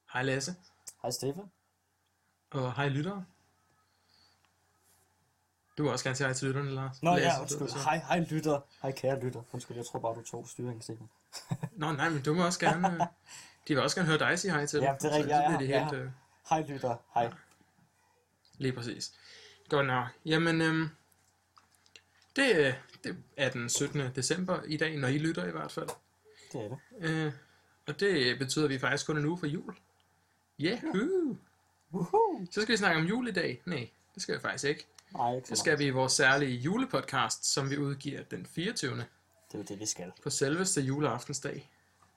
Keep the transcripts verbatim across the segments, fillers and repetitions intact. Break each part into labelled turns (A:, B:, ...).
A: Hej Lasse,
B: Hej Stefan.
A: og hej lyttere. Du vil også gerne sige hej til lytterne, Lars.
B: Nå
A: Lasse,
B: ja,
A: du ved
B: undskyld.
A: så.
B: Hej, hej lytter. Hej kære lytter. Undskyld, jeg tror bare, du tog styringen, Stefan.
A: Nå nej, men du må også gerne, øh, de vil også gerne høre dig sige hej til
B: Ja,
A: dem.
B: det er rigtigt.
A: Så
B: Ja,
A: bliver de
B: ja,
A: helt,
B: ja.
A: øh,
B: Hej lytter. Hej.
A: lige præcis. Godt nok. Jamen, øhm, det, øh, det er den syttende december i dag, når I lytter i hvert fald.
B: Det er det.
A: Øh, og det betyder, at vi faktisk kun er en uge for jul. Yeah, uh.
B: Woohoo!
A: Så skal vi snakke om jul i dag. Nej, det skal vi faktisk ikke.
B: Nej, ikke så
A: Det skal vi i vores særlige julepodcast, som vi udgiver den fireogtyvende
B: Det er jo det, vi skal.
A: på selveste juleaftensdag.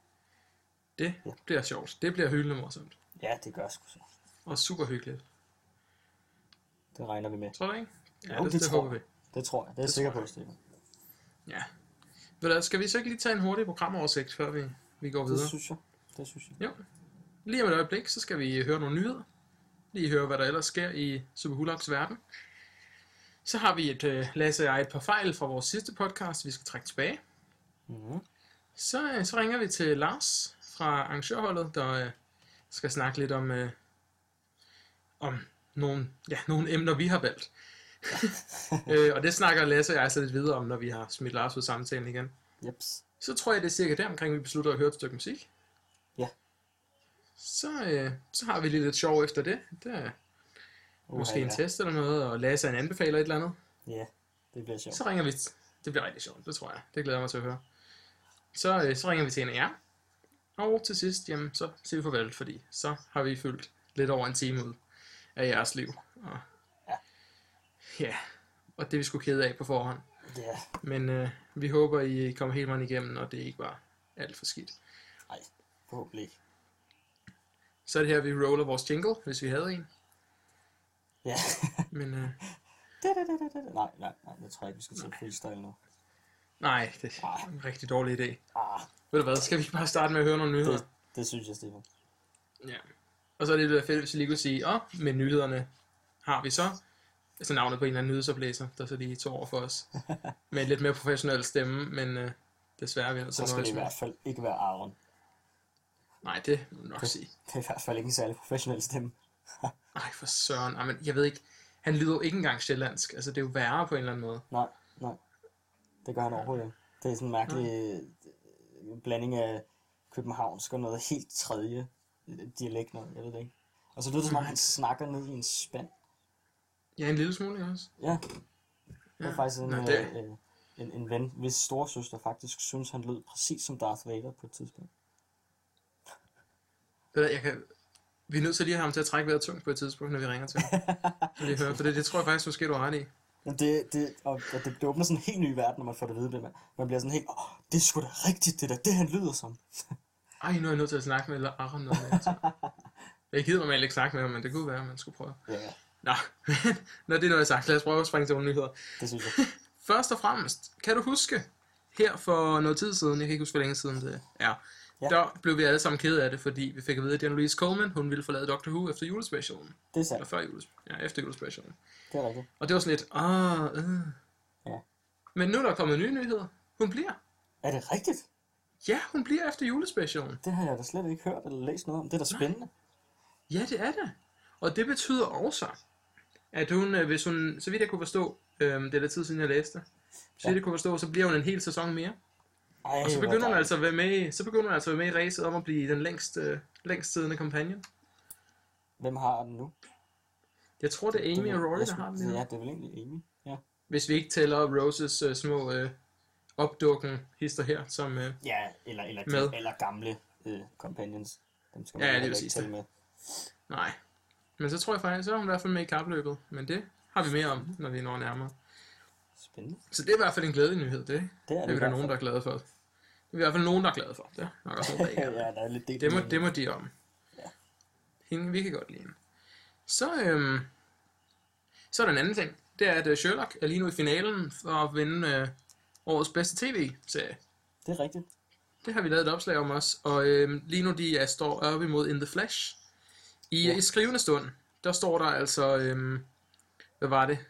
A: Det
B: Ja.
A: bliver sjovt. Det bliver hyldende morsomt.
B: Ja, det gør sgu så.
A: Og super hyggeligt.
B: Det regner vi med.
A: Tror du ikke? Ja,
B: Jo,
A: det,
B: det
A: det,
B: tror
A: håber vi.
B: Det tror jeg. Det er jeg
A: Det
B: sikker
A: tror
B: på,
A: jeg.
B: Stefan.
A: Ja. Ved du hvad, skal vi så ikke lige tage en hurtig programoversigt, før vi, vi går videre?
B: Det synes jeg. Det synes jeg.
A: Jo. Lige om et øjeblik, så skal vi høre nogle nyheder. Lige høre, hvad der ellers sker i Superhulaks verden. Så har vi et, uh, Lasse og jeg, et par fejl fra vores sidste podcast, vi skal trække tilbage.
B: Mm-hmm.
A: Så, uh, så ringer vi til Lars fra arrangørholdet, der uh, skal snakke lidt om, uh, om nogle, ja, nogle emner, vi har valgt. øh, og det snakker Lasse og jeg så lidt videre om, når vi har smidt Lars ud samtalen igen.
B: Jeps.
A: Så tror jeg, det er cirka der omkring, vi beslutter at høre et stykke musik.
B: Ja.
A: Så, øh, så har vi lige lidt sjov efter det. Det er
B: Uha,
A: måske en
B: ja.
A: test eller noget, og Lasse en anbefaler et eller andet.
B: Ja, det bliver sjovt.
A: Så ringer vi. t- Det bliver rigtig sjovt, det tror jeg. Det glæder jeg mig til at høre. Så, øh, så ringer vi til en af jer. Og til sidst, jamen, så siger vi farvel, fordi så har vi fyldt lidt over en time ud af jeres liv. Og,
B: Ja.
A: Ja, og det er vi sgu kede af på forhånd.
B: Ja.
A: Men øh, vi håber, I kommer helt meget igennem, og det ikke var alt for skidt.
B: Nej, forhåbentlig ikke.
A: Så er det her, vi roller vores jingle, hvis vi havde en.
B: Ja.
A: Men øh,
B: nej, nej, nej. Jeg tror ikke, vi skal til freestyle nu.
A: nej, det er en rigtig dårlig idé.
B: Ah,
A: Ved du hvad, skal vi ikke bare starte med at høre nogle nyheder?
B: det, det synes jeg, Stefan.
A: Ja. Og så er det lidt fedt, hvis vi lige kunne sige, åh, oh, med nyhederne har vi så, altså navnet på en eller anden nyhedsoplæser, der så lige tog over for os. Med en lidt mere professionel stemme, men øh, desværre er vi nødt til
B: Så
A: at
B: skal
A: nøjes
B: det i
A: med.
B: hvert fald ikke være Aaron.
A: Nej, det må du nok sige.
B: Det er i hvert fald ikke en særlig professionel stemme.
A: Ej, for søren. Ej, men jeg ved ikke, han lyder jo ikke engang sjællandsk. Altså, det er jo værre på en eller anden måde.
B: Nej, nej. Det gør han overhovedet ikke. Det er sådan en mærkelig øh, blanding af københavnsk og noget helt tredje øh, dialekt noget, jeg ved det ikke. Og så lyder det som om, han snakker ned i en spand.
A: Ja, en lille smule også.
B: Ja, det er faktisk en,
A: Nå,
B: øh,
A: det...
B: øh, en, en ven, hvis storesøster faktisk synes, han lød præcis som Darth Vader på et tidspunkt.
A: Ved du, jeg kan... Vi er nødt til lige at have ham til at trække vejret tungt på et tidspunkt, når vi ringer til ham. Så lige høre, for det, det tror jeg faktisk, måske du har ret i.
B: Men det, det, og og det, det åbner sådan en helt ny verden, når man får det at vide. Man, man bliver sådan helt, åh, det er sgu da rigtigt, det der, det han lyder som.
A: Ej, nu er jeg nødt til at snakke med eller Aron noget med. Jeg gider normalt ikke snakke med ham, men det kunne være, at man skulle prøve.
B: Ja, ja,
A: Nå, når det er noget, jeg sagt, lad os prøve at springe til nogle nyheder.
B: det synes jeg.
A: Først og fremmest, kan du huske, her for noget tid siden, jeg kan ikke huske, hvor længe siden det er,
B: Ja.
A: der blev vi alle sammen kede af det, fordi vi fik at vide, at Diana Louise Coleman, hun ville forlade Doctor Who efter julespecialen.
B: Det er
A: Eller
B: sandt,
A: før julespecialen. Ja, efter julespecialen.
B: det er rigtigt.
A: Og det var sådan lidt, ah, øh.
B: Ja.
A: Men nu er der kommet nye nyheder. Hun bliver.
B: Er det rigtigt?
A: Ja, hun bliver efter julespecialen.
B: Det har jeg da slet ikke hørt eller læst noget om. Det er da spændende.
A: Ja, det er det. Og det betyder også, at hun, øh, hvis hun, så vidt jeg kunne forstå, øh, det er lidt tid siden jeg læste, så vidt jeg kunne forstå, så bliver hun en hel sæson mere.
B: Ej,
A: Og så
B: hvor
A: begynder hun
B: dejligt.
A: altså at være med, i- så begynder hun altså at være med i racet om at blive den længst, øh, længst siddende companion.
B: Hvem har den nu?
A: Jeg tror, det er Amy
B: Det-
A: og Rory,
B: jeg
A: der
B: skulle-
A: har den lige nu.
B: Ja, det er vel egentlig Amy. Ja,
A: Hvis vi ikke tæller Roses øh, små øh, opdukken hister her, som... Øh,
B: ja eller, eller,
A: Med.
B: eller gamle øh, companions. Dem skal
A: Ja,
B: man
A: ja,
B: ja,
A: det vil
B: ikke
A: sige
B: tælle med.
A: nej. Men så tror jeg faktisk, så er hun i hvert fald med i kapløbet. Men det har vi mere om, når vi når nærmere.
B: Spændende.
A: Så det er i hvert fald en glædelig nyhed, det,
B: Det er
A: det er
B: det
A: vi
B: i
A: der
B: hvert
A: nogen, der
B: fald.
A: er glade for. Det er i hvert fald nogen, der er glade for. Det er nok også nogen, der ikke er.
B: Ja, der er lidt delt
A: Det må,
B: mening.
A: det må de om.
B: Ja.
A: Hende, vi kan godt lide hende. Så, øhm, så er der en anden ting. Det er, at øh, Sherlock er lige nu i finalen for at vinde øh, årets bedste tv-serie.
B: Det er rigtigt.
A: Det har vi lavet et opslag om også. Og øhm, lige nu de er, står op imod In the Flash. I,
B: Ja.
A: I skrivende stund, der står der altså, øhm, hvad var det?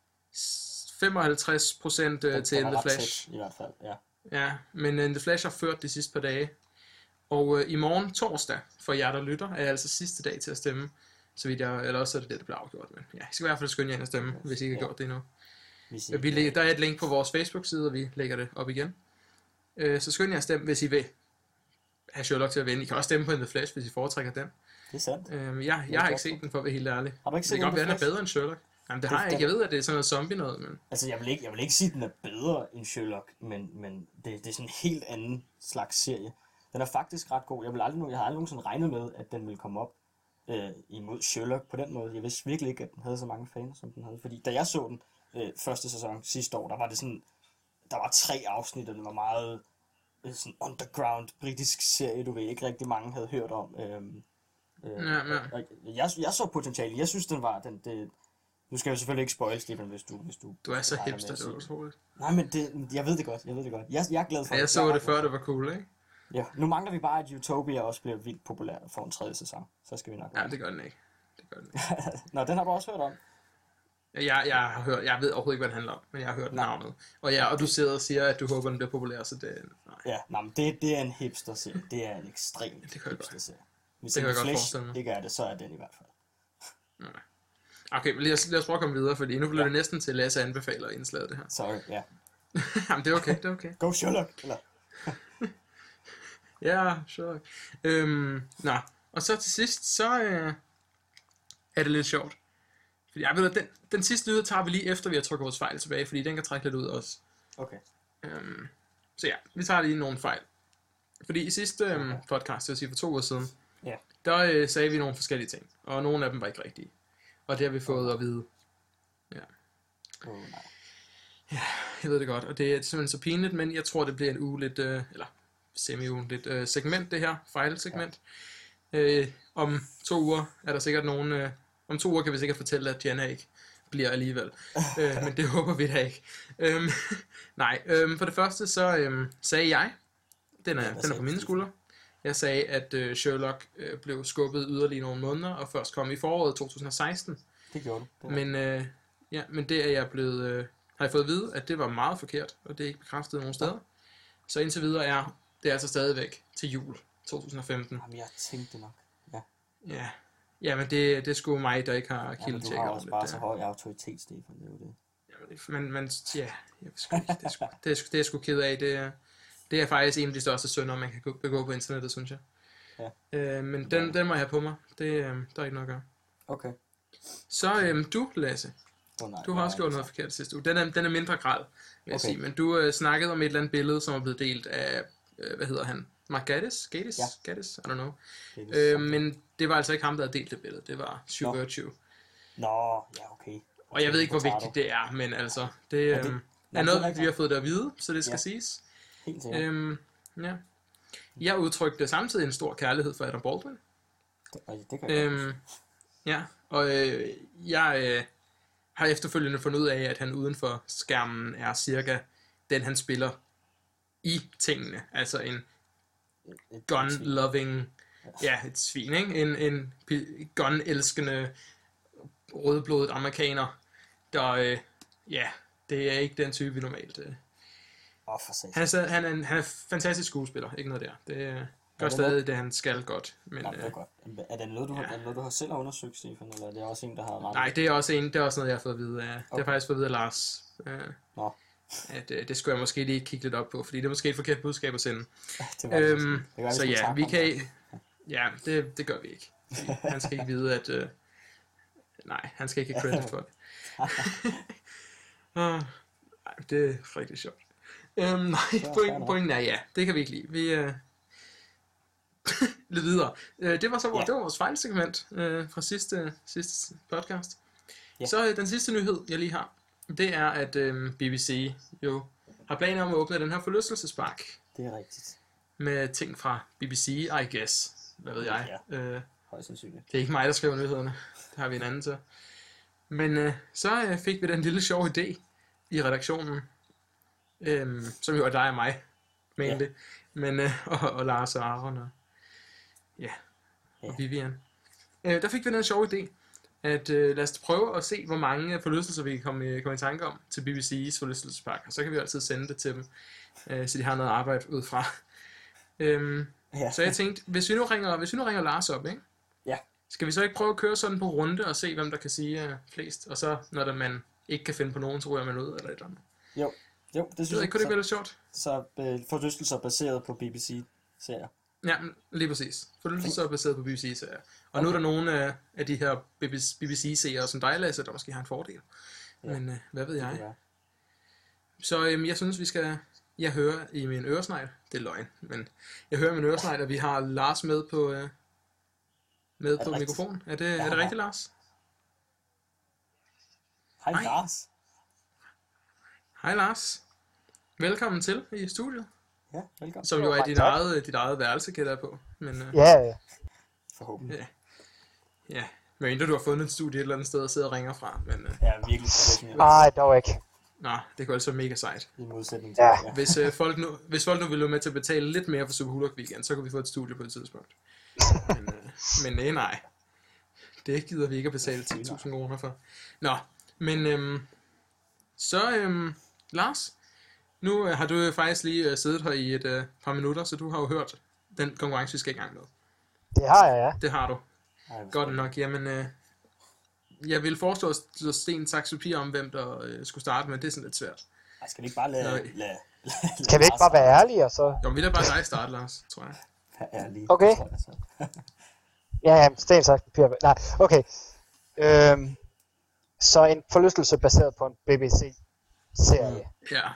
A: femoghalvtreds procent øh,
B: Den-
A: til
B: den
A: In
B: er
A: the
B: ret
A: Flash.
B: tæt, i hvert fald, ja.
A: Ja, men In the Flash har ført de sidste par dage. Og øh, i morgen torsdag, for jer der lytter, er altså sidste dag til at stemme. Så vidt jeg, eller også er det det, der bliver afgjort. Men ja, I skal i hvert fald skynde jer ind og stemme, hvis I ikke har
B: Ja.
A: gjort det endnu.
B: Hvis I,
A: Vi lægger, der er et link på vores Facebook-side, og vi lægger det op igen. Øh, så skynd jer at stemme, hvis I vil have Sherlock til at vinde. I kan også stemme på In The Flash, hvis I foretrækker den.
B: Det er sandt.
A: Øh, jeg, jeg har ikke set den, for at være helt ærlig.
B: Har du ikke
A: Det
B: set
A: kan godt
B: In
A: være,
B: The
A: den er
B: Flash?
A: bedre end Sherlock. Jamen, det
B: Det-
A: har jeg ikke. Jeg ved, at det er sådan noget zombie noget, men...
B: Altså, jeg vil ikke, jeg vil ikke sige, at den er bedre end Sherlock, men, men det, det er sådan en helt anden slags serie. Den er faktisk ret god. Jeg, vil aldrig, jeg har aldrig nogensinde regnet med, at den ville komme op øh, imod Sherlock på den måde. Jeg vidste virkelig ikke, at den havde så mange fans, som den havde. Fordi da jeg så den øh, første sæson sidste år, der var det sådan... Der var tre afsnit, og den var meget øh, sådan underground britisk serie, du ved, ikke rigtig mange havde hørt om. Øhm, øh,
A: Ja, ja.
B: og jeg, jeg så potentiale. Jeg synes, den var... Den, det, nu skal jeg jo selvfølgelig ikke spoil, Stefan, hvis du... Hvis du,
A: Du er så
B: regner med
A: hipster,
B: at
A: det er
B: se den.
A: utroligt.
B: Nej, men det, jeg ved det godt, jeg ved det godt. Jeg, jeg er glad for
A: Ja, jeg
B: Jeg
A: så
B: er
A: det
B: ret glad
A: før,
B: for
A: det var cool, ikke?
B: Ja, nu mangler vi bare, at Utopia også bliver vildt populær og får en tredje sæson. Så skal vi nok.
A: Ja, det gør den ikke. Det gør den ikke.
B: Nå, den har du også hørt om.
A: Jeg, jeg, har hørt, jeg ved overhovedet ikke, hvad det handler om, men jeg har hørt
B: Nej.
A: navnet. Og, ja, og du sidder og siger, at du håber, den bliver populær, så det... Nej.
B: Ja, nej, men det, det er en hipster-serie. Det er en ekstrem
A: Det kan jeg godt.
B: hipster-serie. Hvis
A: Det kan jeg
B: In The
A: godt
B: Flash
A: forestille mig.
B: ikke er det, så er den i hvert fald.
A: Okay, men lad os, lad os prøve at komme videre, fordi nu bliver
B: Ja.
A: det næsten til Lasse anbefaler indslaget, det her.
B: Sorry, ja.
A: Jamen, det er okay, det er okay.
B: Go Sherlock! Eller?
A: Ja, sure. Øhm, nå, og så til sidst, så øh, er det lidt sjovt. Fordi jeg ved, at den, den sidste nyhed tager vi lige efter, vi har trykket vores fejl tilbage, fordi den kan trække lidt ud også.
B: Okay.
A: Øhm, så ja, vi tager lige nogle fejl. Fordi i sidste øhm,
B: Okay.
A: podcast, det vil sige for to uger siden,
B: Ja.
A: der øh, sagde vi nogle forskellige ting, og nogle af dem var ikke rigtige. Og det har vi fået at vide.
B: Oh, nej.
A: Jeg ved det godt, og det er simpelthen så pinligt, men jeg tror, det bliver en ugeligt, øh, eller semi-ugeligt øh, segment, det her, fejlsegment. Ja. Øh, om to uger er der sikkert nogen, øh, om to uger kan vi sikkert fortælle, at Jenna ikke bliver alligevel. øh, men det håber vi da ikke. Øhm, nej, øhm, for det første så øhm, sagde jeg, den er,
B: Ja, hvad
A: den er
B: sagde
A: på
B: du?
A: mine skuldre, jeg sagde, at øh, Sherlock øh, blev skubbet yderligere nogle måneder, og først kom i foråret to tusind og seksten.
B: Det gjorde du. Det var-
A: Men, øh, ja, men det er jeg blevet, øh, har jeg fået at vide, at det var meget forkert, og det er ikke bekræftet nogen steder. Så indtil videre er det altså stadigvæk til jul to tusind og femten.
B: Jamen, jeg tænkte nok. Ja.
A: Ja, ja men det, det er sgu mig, der ikke har
B: Ja, men du
A: kildetjekket
B: har også bare
A: ordentligt.
B: så høj autoritet, Stefan. Det er jo det.
A: Jamen, men, men ja, jeg ved sgu ikke, det er sgu, det er sgu, det er sgu ked af. Det er, det er faktisk en af de største synder, man kan gå- begå på internettet, synes jeg.
B: Ja.
A: Øh, men den, den må jeg have på mig. Det, øh, der er ikke noget at gøre.
B: Okay.
A: Så øh, du, Lasse,
B: Oh, nej,
A: du har
B: nej,
A: også gjort noget forkert sidste uge. Den er, den er mindre grad, vil jeg
B: Okay.
A: sige. Men du øh, snakkede om et eller andet billede, som er blevet delt af, øh, hvad hedder han? Mark Gaddis? Gaddis?
B: Ja.
A: Gaddis? I don't know.
B: Det er
A: Øh,
B: sådan.
A: men det var altså ikke ham, der havde delt det billede. Det var Sue
B: Nå.
A: Virtue.
B: Nå, ja, okay.
A: Og jeg ved ikke, hvor
B: Potato.
A: vigtigt det er, men altså, det,
B: Ja,
A: øh,
B: det-
A: er
B: det er
A: noget,
B: rigtigt.
A: vi har fået det at vide, så det skal
B: Ja.
A: siges.
B: Helt sikkert.
A: Øhm, ja. Jeg udtrykte samtidig en stor kærlighed for Adam Baldwin.
B: Det, og det kan jeg godt.
A: Øhm, ja, og øh, jeg øh, har efterfølgende fundet ud af, at han uden for skærmen er cirka den, han spiller i tingene. Altså en
B: Et- et-
A: gun-loving, ja, et svin, ikke? En, en pi- gun-elskende, rødblodet amerikaner, der, øh, ja, det er ikke den type, vi normalt... Øh.
B: Åh, for satan.
A: Han, er, stadig- han, er en, han er fantastisk skuespiller, ikke noget der. Det øh, gør
B: det
A: stadig det, han skal godt. Men,
B: Nej, det er
A: øh,
B: godt. Er det noget, du, har,
A: ja.
B: er det noget, du har selv har undersøgt, Stefan, eller er det også en, der har ret?
A: nej, det er også en, det er også noget, jeg har fået at vide af. Det har
B: Okay.
A: jeg faktisk fået at vide af Lars. Øh,
B: Nå,
A: at øh, det skulle jeg måske lige kigge lidt op på, fordi det er måske et forkert budskab at sende.
B: det var det.
A: Øhm,
B: Det kan være,
A: så
B: skulle
A: ja,
B: takke
A: vi
B: ham.
A: kan... Ja, det, det gør vi ikke. Han skal ikke vide, at... Øh, nej, han skal ikke have credit for det. uh, nej, det er rigtig sjovt. Øhm, nej,
B: fair
A: point,
B: nok.
A: pointen er ja, det kan vi ikke lide. Vi... Øh, lidt videre. Øh, det var så
B: Ja.
A: det var vores fejlsegment øh, fra sidste, sidste podcast.
B: Ja.
A: Så øh, den sidste nyhed, jeg lige har, det er, at øh, B B C jo har planer om at åbne den her forlystelsespark
B: Det er rigtigt.
A: med ting fra B B C, I guess. Hvad ved jeg?
B: Ja.
A: Øh,
B: Højst sandsynligt.
A: det er ikke mig, der skriver nyhederne. Det har vi en anden til. Men øh, så øh, fik vi den lille sjove idé i redaktionen, øh, som jo er dig og mig, mainly. Men, øh, og, og Lars og Aron og, ja, og
B: Ja.
A: Vivian. Øh, der fik vi den sjove idé, at øh, lad os prøve at se, hvor mange forlystelser vi kan komme, i- komme i tanke om til B B C's forlystelsespark. Og så kan vi altid sende det til dem, øh, så de har noget arbejde ud fra. Øhm,
B: Ja.
A: Så jeg tænkte, hvis vi nu ringer, hvis vi nu ringer Lars op, ikke?
B: Ja.
A: Skal vi så ikke prøve at køre sådan på runde og se, hvem der kan sige uh, flest? Og så, når der, man ikke kan finde på nogen, så ryger man ud eller et eller andet.
B: Jo, jo, det synes
A: Det
B: jeg.
A: kunne det ikke være lidt sjovt?
B: Så øh, forlystelser baseret på B B C-serier.
A: Ja, lige præcis. Forlystelser er baseret på B B C-serier. Og okay. nu er der nogle af, af de her B B C-serier, som dig, Lasse, der måske har en fordel. Ja. Men øh, hvad ved jeg? Så øhm, jeg synes, vi skal... Jeg hører i min øresnegl, det er løgn, men jeg hører i min øresnegl, at vi har Lars med på, øh, med på mikrofonen. Er det, ja, er det rigtigt, Lars?
B: Hej, Hej Lars.
A: Hej Lars. Velkommen til i studiet.
B: Ja, velkommen.
A: Som jo er dit eget, dit eget værelse, kan jeg på. Men, øh,
C: ja, ja.
B: Forhåbentlig.
A: Ja. Ja. Men inden du har fundet et studie et eller andet sted og sidder og ringer fra. Men, øh,
B: ja, virkelig professionelt.
C: Nej, dog ikke.
A: Nå, det kunne altså mega sejt.
B: I modsætning til
C: ja.
B: ja.
A: Hvis, øh, folk nu, hvis folk nu ville være med til at betale lidt mere for Superhulk Weekend, så kunne vi få et studie på et tidspunkt. Men, øh, men nej, nej. Det gider vi ikke at betale ti tusind kroner for. Nå, men øhm, så øhm, Lars, nu øh, har du faktisk lige øh, siddet her i et øh, par minutter, så du har jo hørt den konkurrence, vi skal i gang med.
C: Det har jeg, ja.
A: Det har du.
B: Ej,
A: Godt nok, jamen... Øh, jeg vil forestå at sten, saks, papir om, hvem der øh, skulle starte, men det er sådan lidt svært.
B: Ej, skal vi ikke bare lade... lade, lade
C: skal vi ikke bare være ærlige, og så...
A: Jo, vi lader bare dig starte, Lars, tror jeg.
B: Vær ærlige,
C: okay.
B: tror jeg så.
C: ja, ja, sten, saks, papir... Nej, okay. Øhm, så en forlystelse baseret på en B B C-serie.
A: Mm. Ja.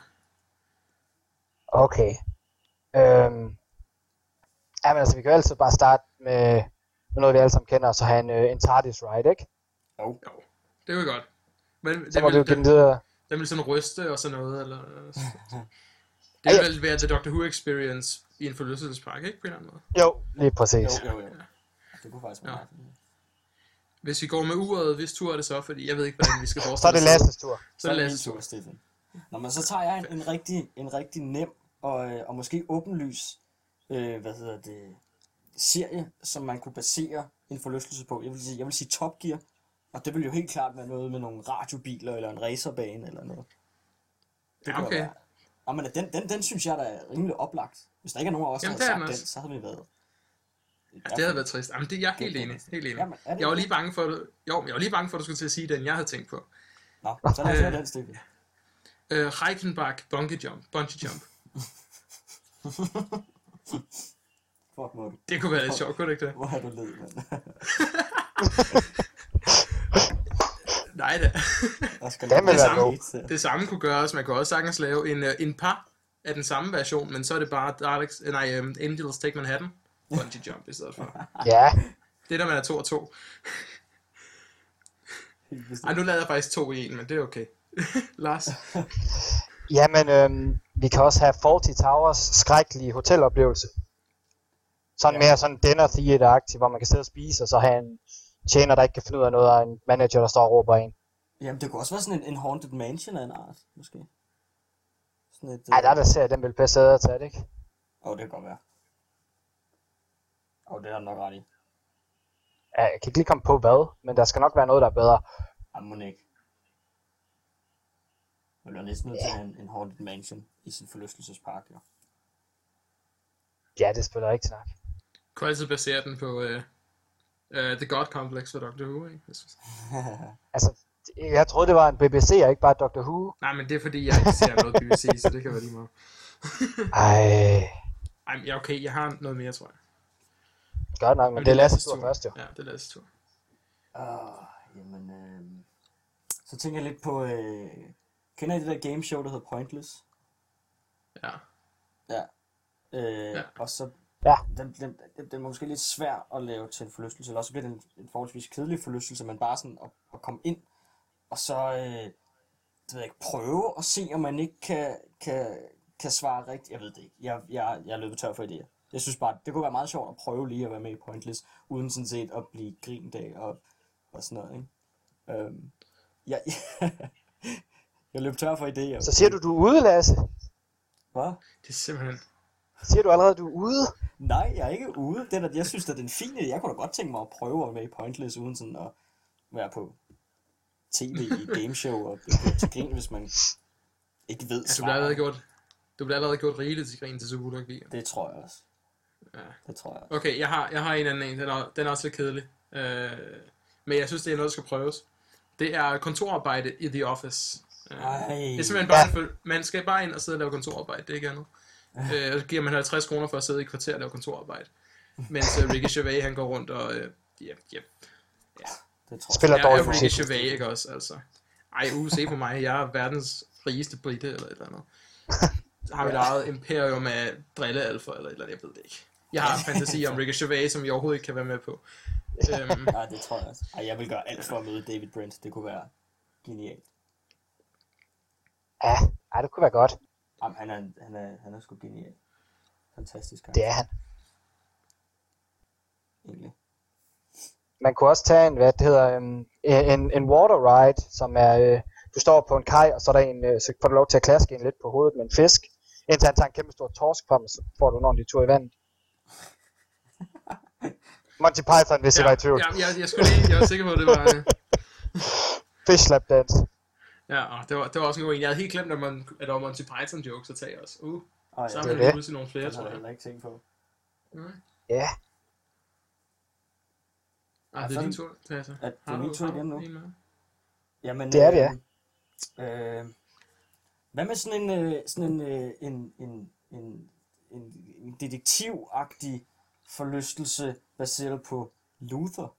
C: Okay. Øhm, ja, men altså, vi kan jo altid bare starte med, med noget, vi alle sammen kender, og så have en, øh, en TARDIS ride, ikke?
B: Jo.
A: Jo, det er jo godt. Men,
C: så
A: det
C: må
A: vil,
C: vi jo give den
A: den,
C: videre.
A: den vil sådan ryste og sådan noget, eller... Det vil vel være The Doctor Who Experience i en forlystelsespark, ikke? På en eller anden måde.
C: Jo, lige præcis.
B: Jo, jo, jo. Ja. Det kunne faktisk være ja.
A: Hvis vi går med uret, hvis tur er det så? Fordi jeg ved ikke, hvordan vi skal forestille
C: så er det Lasses tur.
A: Så er det Lasses tur,
B: Steffen. Nå, men så tager jeg en, en, rigtig, en rigtig nem og, og måske åbenlys, øh, hvad hedder det, serie, som man kunne basere en forlystelse på. Jeg vil sige, jeg vil sige Top Gear, og det vil jo helt klart være noget med nogle radiobiler, eller en racerbane, eller noget. Det
A: ja, okay.
B: Nå, men den, den, den synes jeg, der er rimelig oplagt. Hvis der ikke er nogen af os, der
A: Jamen,
B: har sagt
A: den,
B: den, så havde vi været...
A: Ja, det havde været trist. Jamen, det, jeg er helt enig. Helt enig.
B: Jamen,
A: jeg var lige bange for, at, jo, jeg var lige bange for, at du skulle til at sige den, jeg havde tænkt på.
B: Nå, så lad os høre den stykke.
A: Øh, Reichenbach Bungee Jump. Bungee Jump.
B: Fuck, må du.
A: Det kunne være lidt sjovt, kunne det ikke det?
B: Hvor har du led, mand?
A: Nej da. det, samme, det samme kunne gøres. Man kunne også sagtens lave en, en par af den samme version, men så er det bare Daleks, nej, um, Angels Take Manhattan Bungee Jump i stedet for.
C: Ja.
A: Det er der, man er to og to. Ej, nu lader jeg faktisk to i en, men det er okay. Lars?
C: Jamen, øhm, vi kan også have Fawlty Towers skrækkelige hoteloplevelse. Sådan ja. mere sådan dinner theater-agtigt, hvor man kan sidde og spise, og så have en tjener, der ikke kan finde ud af noget, og en manager, der står og råber en.
B: Jamen, det kunne også være sådan en, en haunted mansion af en art, måske.
C: Nej, øh... der er der ser, den vil passe bedre til, ikke?
B: Åh, oh, det kan godt være. Åh, oh, det er der nok ret i.
C: Ja, jeg kan ikke lige komme på hvad, men der skal nok være noget, der er bedre.
B: Jamen, må ikke. Man bliver næsten nødt til at have en, en haunted mansion i sin forlystelsespark, jo.
C: Ja, det spiller ikke snak.
A: Kunne altid basere den på uh, uh, The God Complex for Doctor Who, ikke?
C: Altså, jeg troede, det var en B B C, og ikke bare Doctor Who.
A: Nej, men det er fordi, jeg ikke ser noget B B C, så det kan være lige meget.
C: Ej.
A: Ej, ja, okay, jeg har noget mere, tror jeg.
C: Godt nok, men, men det er Lasses tur først, jo.
A: Ja, det er Lasses tur.
B: Åh, jamen, øh... så tænker jeg lidt på, øh... kender I det der gameshow, der hedder Pointless?
A: Ja.
B: Ja. Øh,
A: ja.
B: Og så,
C: ja.
B: den, den, den, den er måske lidt svær at lave til en forlystelse, eller også bliver den en forholdsvis kedelig forlystelse, men bare sådan at, at komme ind, og så, øh... det ved jeg ikke, prøve at se, om man ikke kan, kan, kan svare rigtigt. Jeg ved det ikke. Jeg, jeg, jeg er løbet tør for idéer. Jeg synes bare, det kunne være meget sjovt at prøve lige at være med i Pointless, uden sådan set at blive grint af og, og sådan noget, ikke? Øhm, jeg, jeg løb tør for idéer.
C: Så siger du, du er ude, Lasse?
B: Hvad?
A: Det er simpelthen...
C: Siger du allerede, du er ude?
B: Nej, jeg er ikke ude. Det er, jeg synes, at det er en fin idé. Jeg kunne da godt tænke mig at prøve at være med i Pointless, uden sådan at være på tv i gameshow og til grin, hvis man ikke ved
A: ja, du bliver allerede gjort, du bliver allerede gjort rigeligt til grin til Superhulk.
B: Det tror jeg også.
A: Ja.
B: Det tror jeg.
A: Okay, jeg har, jeg har en anden en. Den er, den er også lidt kedelig. Øh, men jeg synes, det er noget, der skal prøves. Det er kontorarbejde i The Office. Øh, det er simpelthen bare, ja. Man skal bare ind og sidde og lave kontorarbejde, det er ikke andet. Øh, og så giver man halvtreds kroner for at sidde i et kvarter og lave kontorarbejde. Mens uh, Ricky Gervais, han går rundt og... Øh, ja, ja, ja.
C: Det tror Spiller dårligt
A: musik. Ricky Gervais, ikke også, altså. Ej, uh, se på mig, jeg er verdens rigeste brite, eller et eller andet. Så har vi ja. eget imperium af drillealfer, eller et eller andet, jeg ved det ikke. Jeg har en fantasi om Ricky Gervais, som jeg overhovedet ikke kan være med på.
B: um, Nej, det tror jeg også. Ej, jeg vil gøre alt for at møde David Brent, det kunne være genialt.
C: Ja, ej, det kunne være godt.
B: Jamen, han er, han er, han er sgu genial. Fantastisk.
C: Det er han.
B: Egentlig.
C: Man kunne også tage en, hvad det hedder, en, en, en water ride, som er, øh, du står på en kaj, og så er der en, øh, så får du lov til at klaske en lidt på hovedet med en fisk, indtil han tager en kæmpe stor torsk frem, så får du en ordentlig tur i vandet. Monty Python, hvis ja, I var i tvivl.
A: Ja, jeg, jeg, skulle lige, jeg var sikker på, at det var...
C: Fish slap dance.
A: Ja, og det var, det var også en god en. Jeg havde helt glemt, at, man, at der var Monty Python jokes at tage os. Uh,
B: oh, ja,
A: så har man lige pludselig nogle flere, tror jeg.
B: Det har jeg ikke tænkt på.
A: Nej.
C: Ja.
A: Ah, det er din tur, Tasser.
B: Det er min tur igen nu. Jamen,
C: det er det, ja.
B: Øh, hvad med sådan en, øh, sådan en, øh, en, en, en, en, en detektivagtig forlystelse baseret på Luther?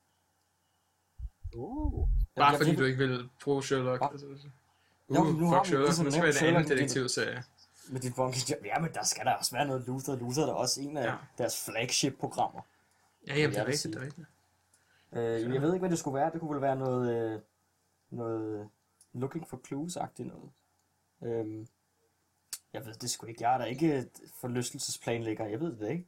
C: Uh.
A: Bare jeg, fordi jeg, du ikke vil bruge Sherlock. Ah. Altså. Uh, jo, nu fuck Sherlock, ligesom nu skal være en anden detektivserie.
B: Med dit bunky job. Ja, men der skal der også være noget Luther. Luther er også en af ja. deres flagship-programmer.
A: Ja, jamen, det er rigtigt, det er rigtigt.
B: Øh, jeg ved ikke, hvad det skulle være. Det kunne vel være noget, øh, noget Looking for Clues-agtigt noget. Øhm, jeg ved det sgu ikke. Jeg er da ikke forlystelsesplanlægger. Jeg ved det ikke.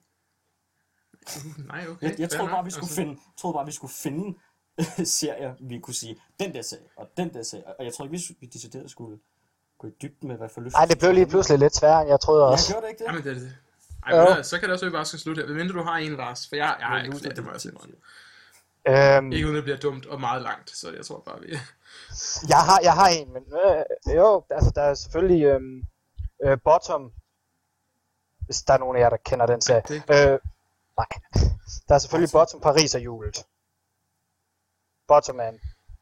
A: Uh, nej, okay.
B: Jeg, jeg troede bare, vi skulle altså. finde, troede bare, vi skulle finde serier, vi kunne sige, den der serie, og den der serie. Og jeg tror ikke, vi decideret skulle gå i dybden med, hvad forlystelse...
C: Nej, det blev lige pludselig lidt sværere, end jeg troede også.
B: Jeg gjorde det ikke det?
A: Jamen, det er det. Ej, men, så kan det også være, bare skal slutte her. Mindre du har en, Lars. For jeg, jeg har ikke flere, det må jeg sige. Øhm, ikke uden det bliver dumt og meget langt, så jeg tror bare, vi...
C: jeg, har, jeg har en, men øh, jo, altså der er selvfølgelig øhm, øh, Bottom, hvis der er nogen af jer, der kender den serie. Øh, nej, der er selvfølgelig Bottom Paris og julet. Bottom er en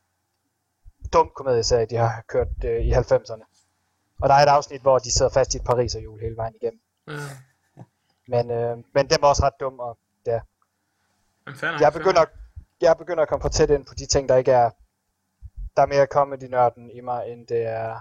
C: dum komedieserie, de har kørt øh, i halvfemserne. Og der er et afsnit, hvor de sidder fast i et Paris og jul hele vejen igennem. Ja. Men, øh, men den var også ret dum, og ja. Jeg begynder, jeg begynder at komme for tæt ind på de ting, der ikke er... Der er mere comedy-nørden i mig, end det er...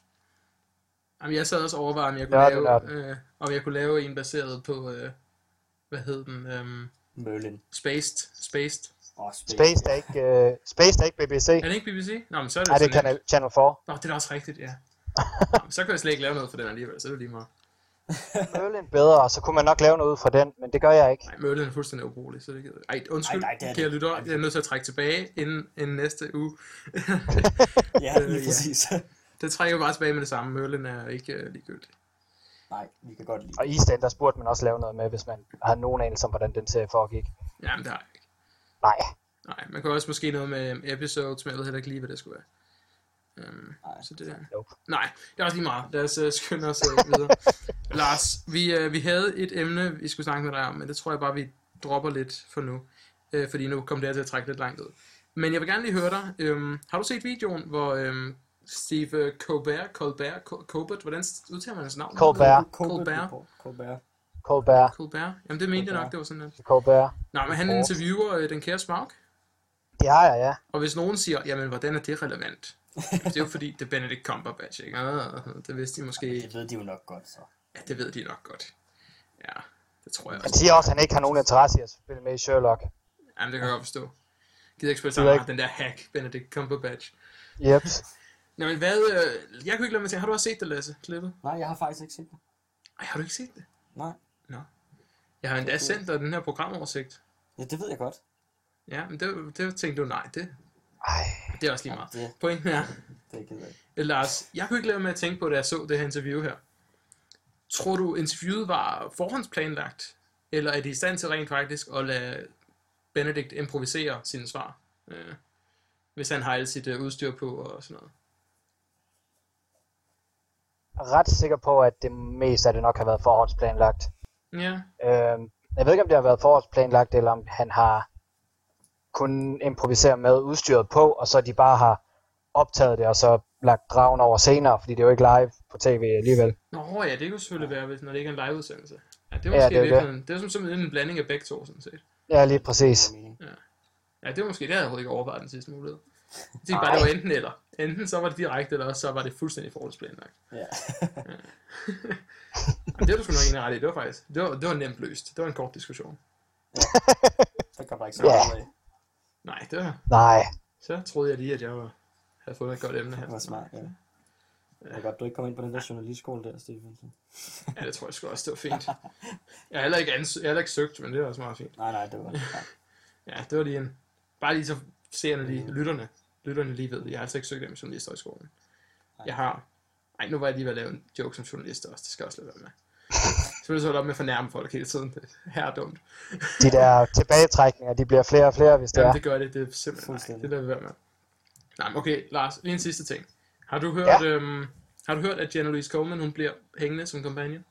A: Jamen, jeg sad også og overvejede, om jeg kunne, Nørden, lave, øh, om jeg kunne lave en baseret på... Øh, hvad hed den? Øhm,
B: Merlin.
A: Spaced. Spaced.
B: Oh, Spaced.
C: Spaced er ikke, uh, Spaced er ikke B B C.
A: Er det ikke B B C? Nå, men så er det
C: Nej, det er Channel, Channel fire.
A: Nå, det er også rigtigt, ja. Nå, så kan jeg slet ikke lave noget for den alligevel, så er det lige meget.
C: Merlin bedre, og så kunne man nok lave noget ud fra den, men det gør jeg ikke.
A: Nej, Merlin er fuldstændig ubrugelig, så det gider jeg. Ej, undskyld, ej, nej, kære lytter, jeg er nødt til at trække tilbage inden, inden næste uge.
B: Ja, lige præcis.
A: Ja. Det trækker jo bare tilbage med det samme. Merlin er ikke uh, ligegyldig.
B: Nej, vi kan godt lide.
C: Og EastEnd, der spurgte man også lave noget med, hvis man har nogen anelse om, hvordan den serie foregik.
A: Jamen, det har jeg ikke.
C: Nej.
A: Nej, man kan også måske noget med episodes, men jeg ved heller ikke lige, hvad det skulle være. Um,
B: nej,
A: så det,
C: nope.
A: nej, det er også lige meget. Lad os uh, skynde os uh, videre. Lars, vi, uh, vi havde et emne, vi skulle snakke med dig om, men det tror jeg bare, vi dropper lidt for nu. Uh, fordi nu kommer det til at trække lidt langt ud. Men jeg vil gerne lige høre dig. Um, har du set videoen, hvor um, Steve Colbert, Colbert, Colbert, hvordan udtaler man hans navn?
C: Colbert.
A: Colbert.
B: Colbert.
C: Colbert.
A: Colbert. Jamen det mente jeg nok, det var sådan noget.
C: Colbert.
A: Nå, men han interviewer uh, den kære Smaug.
C: Det har jeg, ja.
A: Og hvis nogen siger, jamen hvordan er det relevant? Det er jo fordi, det er Benedict Cumberbatch, ikke? Ah, det vidste de måske...
B: Ja, det ved de jo nok godt, så.
A: Ja, det ved de nok godt. Ja, det tror jeg også.
C: Han siger også, at han ikke har nogen interesse i at spille med i Sherlock.
A: Jamen, det kan jeg godt forstå. Gider ikke spille sammen med den der hack, Benedict Cumberbatch.
C: Yep.
A: Nå, men hvad... Øh, jeg kunne ikke lade mig til. Har du også set det, Lasse? Klippet?
B: Nej, jeg har faktisk ikke set det.
A: Ej, har du ikke set det?
B: Nej.
A: Nå. Jeg har endda sendt dig den her programoversigt.
B: Ja, det ved jeg godt.
A: Ja, men det, det tænkte du, nej, det...
C: Ej.
A: Det er også lige meget.
B: Ja, det...
A: Pointen er...
B: Det er ikke
A: Lars, jeg kunne ikke lade mig at tænke på, da jeg så det her interview her. Tror du, interviewet var forhåndsplanlagt? Eller er de i stand til rent faktisk at lade Benedict improvisere sine svar? Øh, hvis han har alt sit øh, udstyr på og sådan noget.
C: Jeg er ret sikker på, at det mest af det nok har været forhåndsplanlagt.
A: Ja.
C: Øhm, Jeg ved ikke, om det har været forhåndsplanlagt, eller om han har kun improvisere med udstyret på, og så de bare har optaget det, og så lagt dragen over senere, fordi det er jo ikke live på tv alligevel.
A: Nå ja, det kunne selvfølgelig være, hvis, når det ikke er en liveudsendelse. Ja, det er
C: Ja,
A: måske
C: det er
A: ja,
C: det.
A: det. det er som simpelthen en blanding af begge to, sådan set.
C: Ja, lige præcis.
A: Ja, det var måske, det havde jeg overhovedet ikke overvejet den sidste mulighed. Det er bare, det var enten eller. Enten så var det direkte, eller også så var det fuldstændig forholdsplanlagt.
B: Ja.
A: Ja. Jamen, det var du sgu nok egentlig ret i, det var faktisk, det var, det var nemt løst. Det var en kort diskussion.
B: Ja. Der kom bare ikke så
C: Ja.
B: meget ud af.
A: Nej, det var,
C: Nej.
A: så troede jeg lige, at jeg var, havde fået et godt emne her.
B: Det var smart, ja. Det er godt, du ikke kom ind på den der journalistskole der, Stefan.
A: Ja, det tror jeg sgu også, det var fint. Jeg har heller ikke, ans- jeg har heller ikke søgt, men det var også meget fint.
B: Nej, nej, det var... Ja.
A: Ja, det var lige en... Bare lige så seerne lige, lytterne, lytterne lige ved, jeg har altså ikke søgt dem som journalisthøjskolen. Jeg har... Ej, nu var jeg lige ved at lave en joke som journalist også, det skal jeg også lade være med. Så vil jeg så holde op med at fornærme folk hele tiden, det her er dumt.
C: De der tilbagetrækninger, de bliver flere og flere, hvis det
A: Jamen,
C: er.
A: det gør det, det er simpelthen nej,
B: Fuldstændig.
A: det lader vi være med. Nej, men okay, Lars, lige en sidste ting. Har du hørt,
C: Ja.
A: øhm, har du hørt at Jenna Louise Coleman, hun bliver hængende som companion?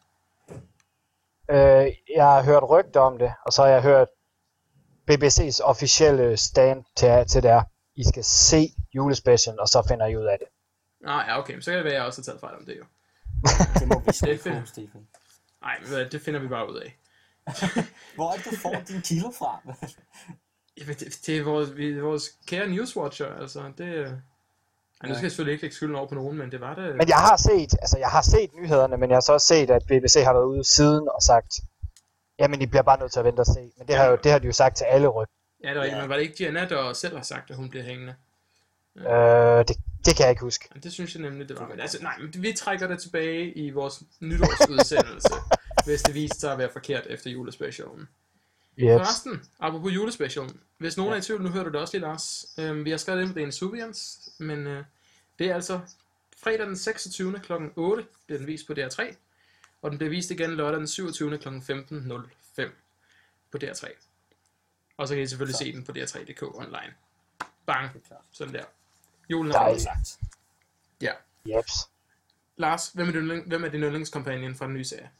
C: Øh, jeg har hørt rygter om det, og så har jeg hørt B B C's officielle stand til, til det er, I skal se julespecialen, og så finder I ud af det.
A: Nej, ja, okay, men så kan det være, at jeg også har taget fejl om det jo.
B: Det må vi sgu
A: Det er
B: ikke
A: fedt.
B: få, Stefan.
A: Nej, men hvad, det finder vi bare ud af.
B: Hvor er det, du får dine kilder fra?
A: Jamen, det, det er vores, vi, vores kære newswatcher, altså, det... øh, Ej, nu skal jeg selvfølgelig ikke lægge skylden over på nogen, men det var det...
C: Men jeg har set, altså jeg har set nyhederne, men jeg har så også set, at B B C har været ude siden og sagt, jamen I bliver bare nødt til at vente og se. Men det har, jo, det har de jo sagt til alle ryg.
A: Ja, det var ikke,
B: Ja.
A: men var det ikke Jenna, der selv har sagt, at hun bliver hængende?
C: Øh, det, det kan jeg ikke huske.
A: Det synes jeg nemlig, det var. Men altså, nej, men vi trækker det tilbage i vores nytårsudsendelse, hvis det viste sig at være forkert efter julespecialen.
C: Yep.
A: Forresten, apropos julespecialen. Hvis nogen er i tvivl, nu hører du det også lige, Lars. Øhm, vi har skrevet ind på Danish Subians, men øh, det er altså fredag den seksogtyvende klokken otte, bliver den vist på D R tre. Og den bliver vist igen lørdag den syvogtyvende klokken femten nul fem på D R tre. Og så kan I selvfølgelig se den på D R tre punktum d k online. Bang,
B: Det er klart.
A: sådan der. Julen er
C: Dejligt.
A: kommet.
B: Sagt.
A: Ja.
C: Jeps.
A: Lars, hvem er din, yndling- hvem er din yndlingskompagnon fra den nye serie?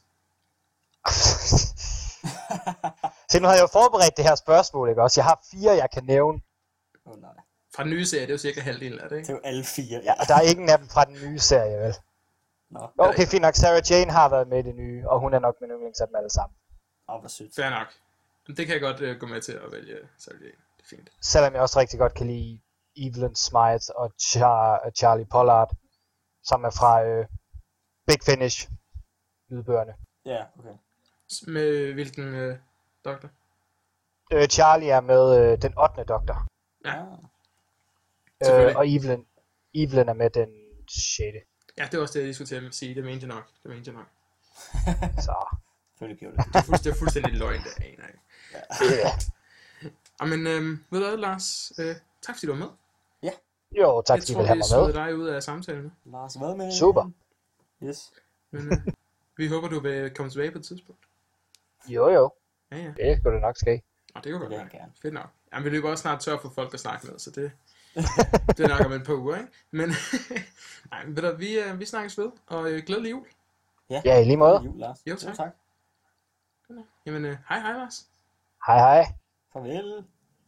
C: Se, nu har jeg jo forberedt det her spørgsmål, ikke også? Jeg har fire, jeg kan nævne.
B: Åh oh, nej.
A: Fra den nye serie, det er jo cirka halvdelen af det,
B: Det
A: ikke?
B: er jo alle fire.
C: Ja, og der er ingen af dem fra den nye serie, vel?
B: Nå,
C: Okay, fint nok. Sarah Jane har været med i det nye, og hun er nok min yndlings af dem alle sammen.
B: oh, hvor sødt.
A: Fair nok. Men det kan jeg godt uh, gå med til at vælge Sarah Jane. Det er fint.
C: Selvom jeg også rigtig godt kan lide Evelyn Smythe og Char- Charlie Pollard, som er fra øh, Big Finish lydbøgerne.
B: Ja, okay.
A: S- Med hvilken uh, doktor?
C: Øh, Charlie er med øh, den ottende doktor,
A: Ja.
B: Ja.
A: Selvfølgelig.
C: øh, og Evelyn, Evelyn er med den sjette.
A: Ja, det var også det, jeg lige skulle til at sige. Det mente jeg nok. Det mente jeg nok.
C: Så
B: Selvfølgelig gjorde det.
A: Det er, fuldst- det er fuldstændig løgn, det aner jeg ikke.
C: ja.
A: Jamen, øhm, ved du hvad, Lars? Øh, tak fordi du var med.
C: Jo, tak
A: Jeg
C: fordi I
A: tror,
C: vil have
A: vi
C: mig
A: suttede
C: med.
A: dig ud af samtalen.
B: Lars, hvad med?
C: Super.
B: Yes.
A: Men øh, vi håber, du vil komme tilbage på et tidspunkt.
C: Jo jo,
A: Ja, ja.
C: det skulle det nok ske.
A: Og det kunne godt
B: vil
A: være.
B: jeg gerne.
A: Fedt nok. Jamen, vi løber også snart tør for folk at snakke med, så det, det er nok om et par uger, ikke? Men, nej, men ved du, vi, øh, vi snakkes ved, og øh, glædelig jul.
C: Ja, i lige måde.
B: God jul, Lars.
A: Jo, tak.
B: Jo, tak.
A: Jamen, øh, hej hej, Lars.
C: Hej hej.
B: Farvel.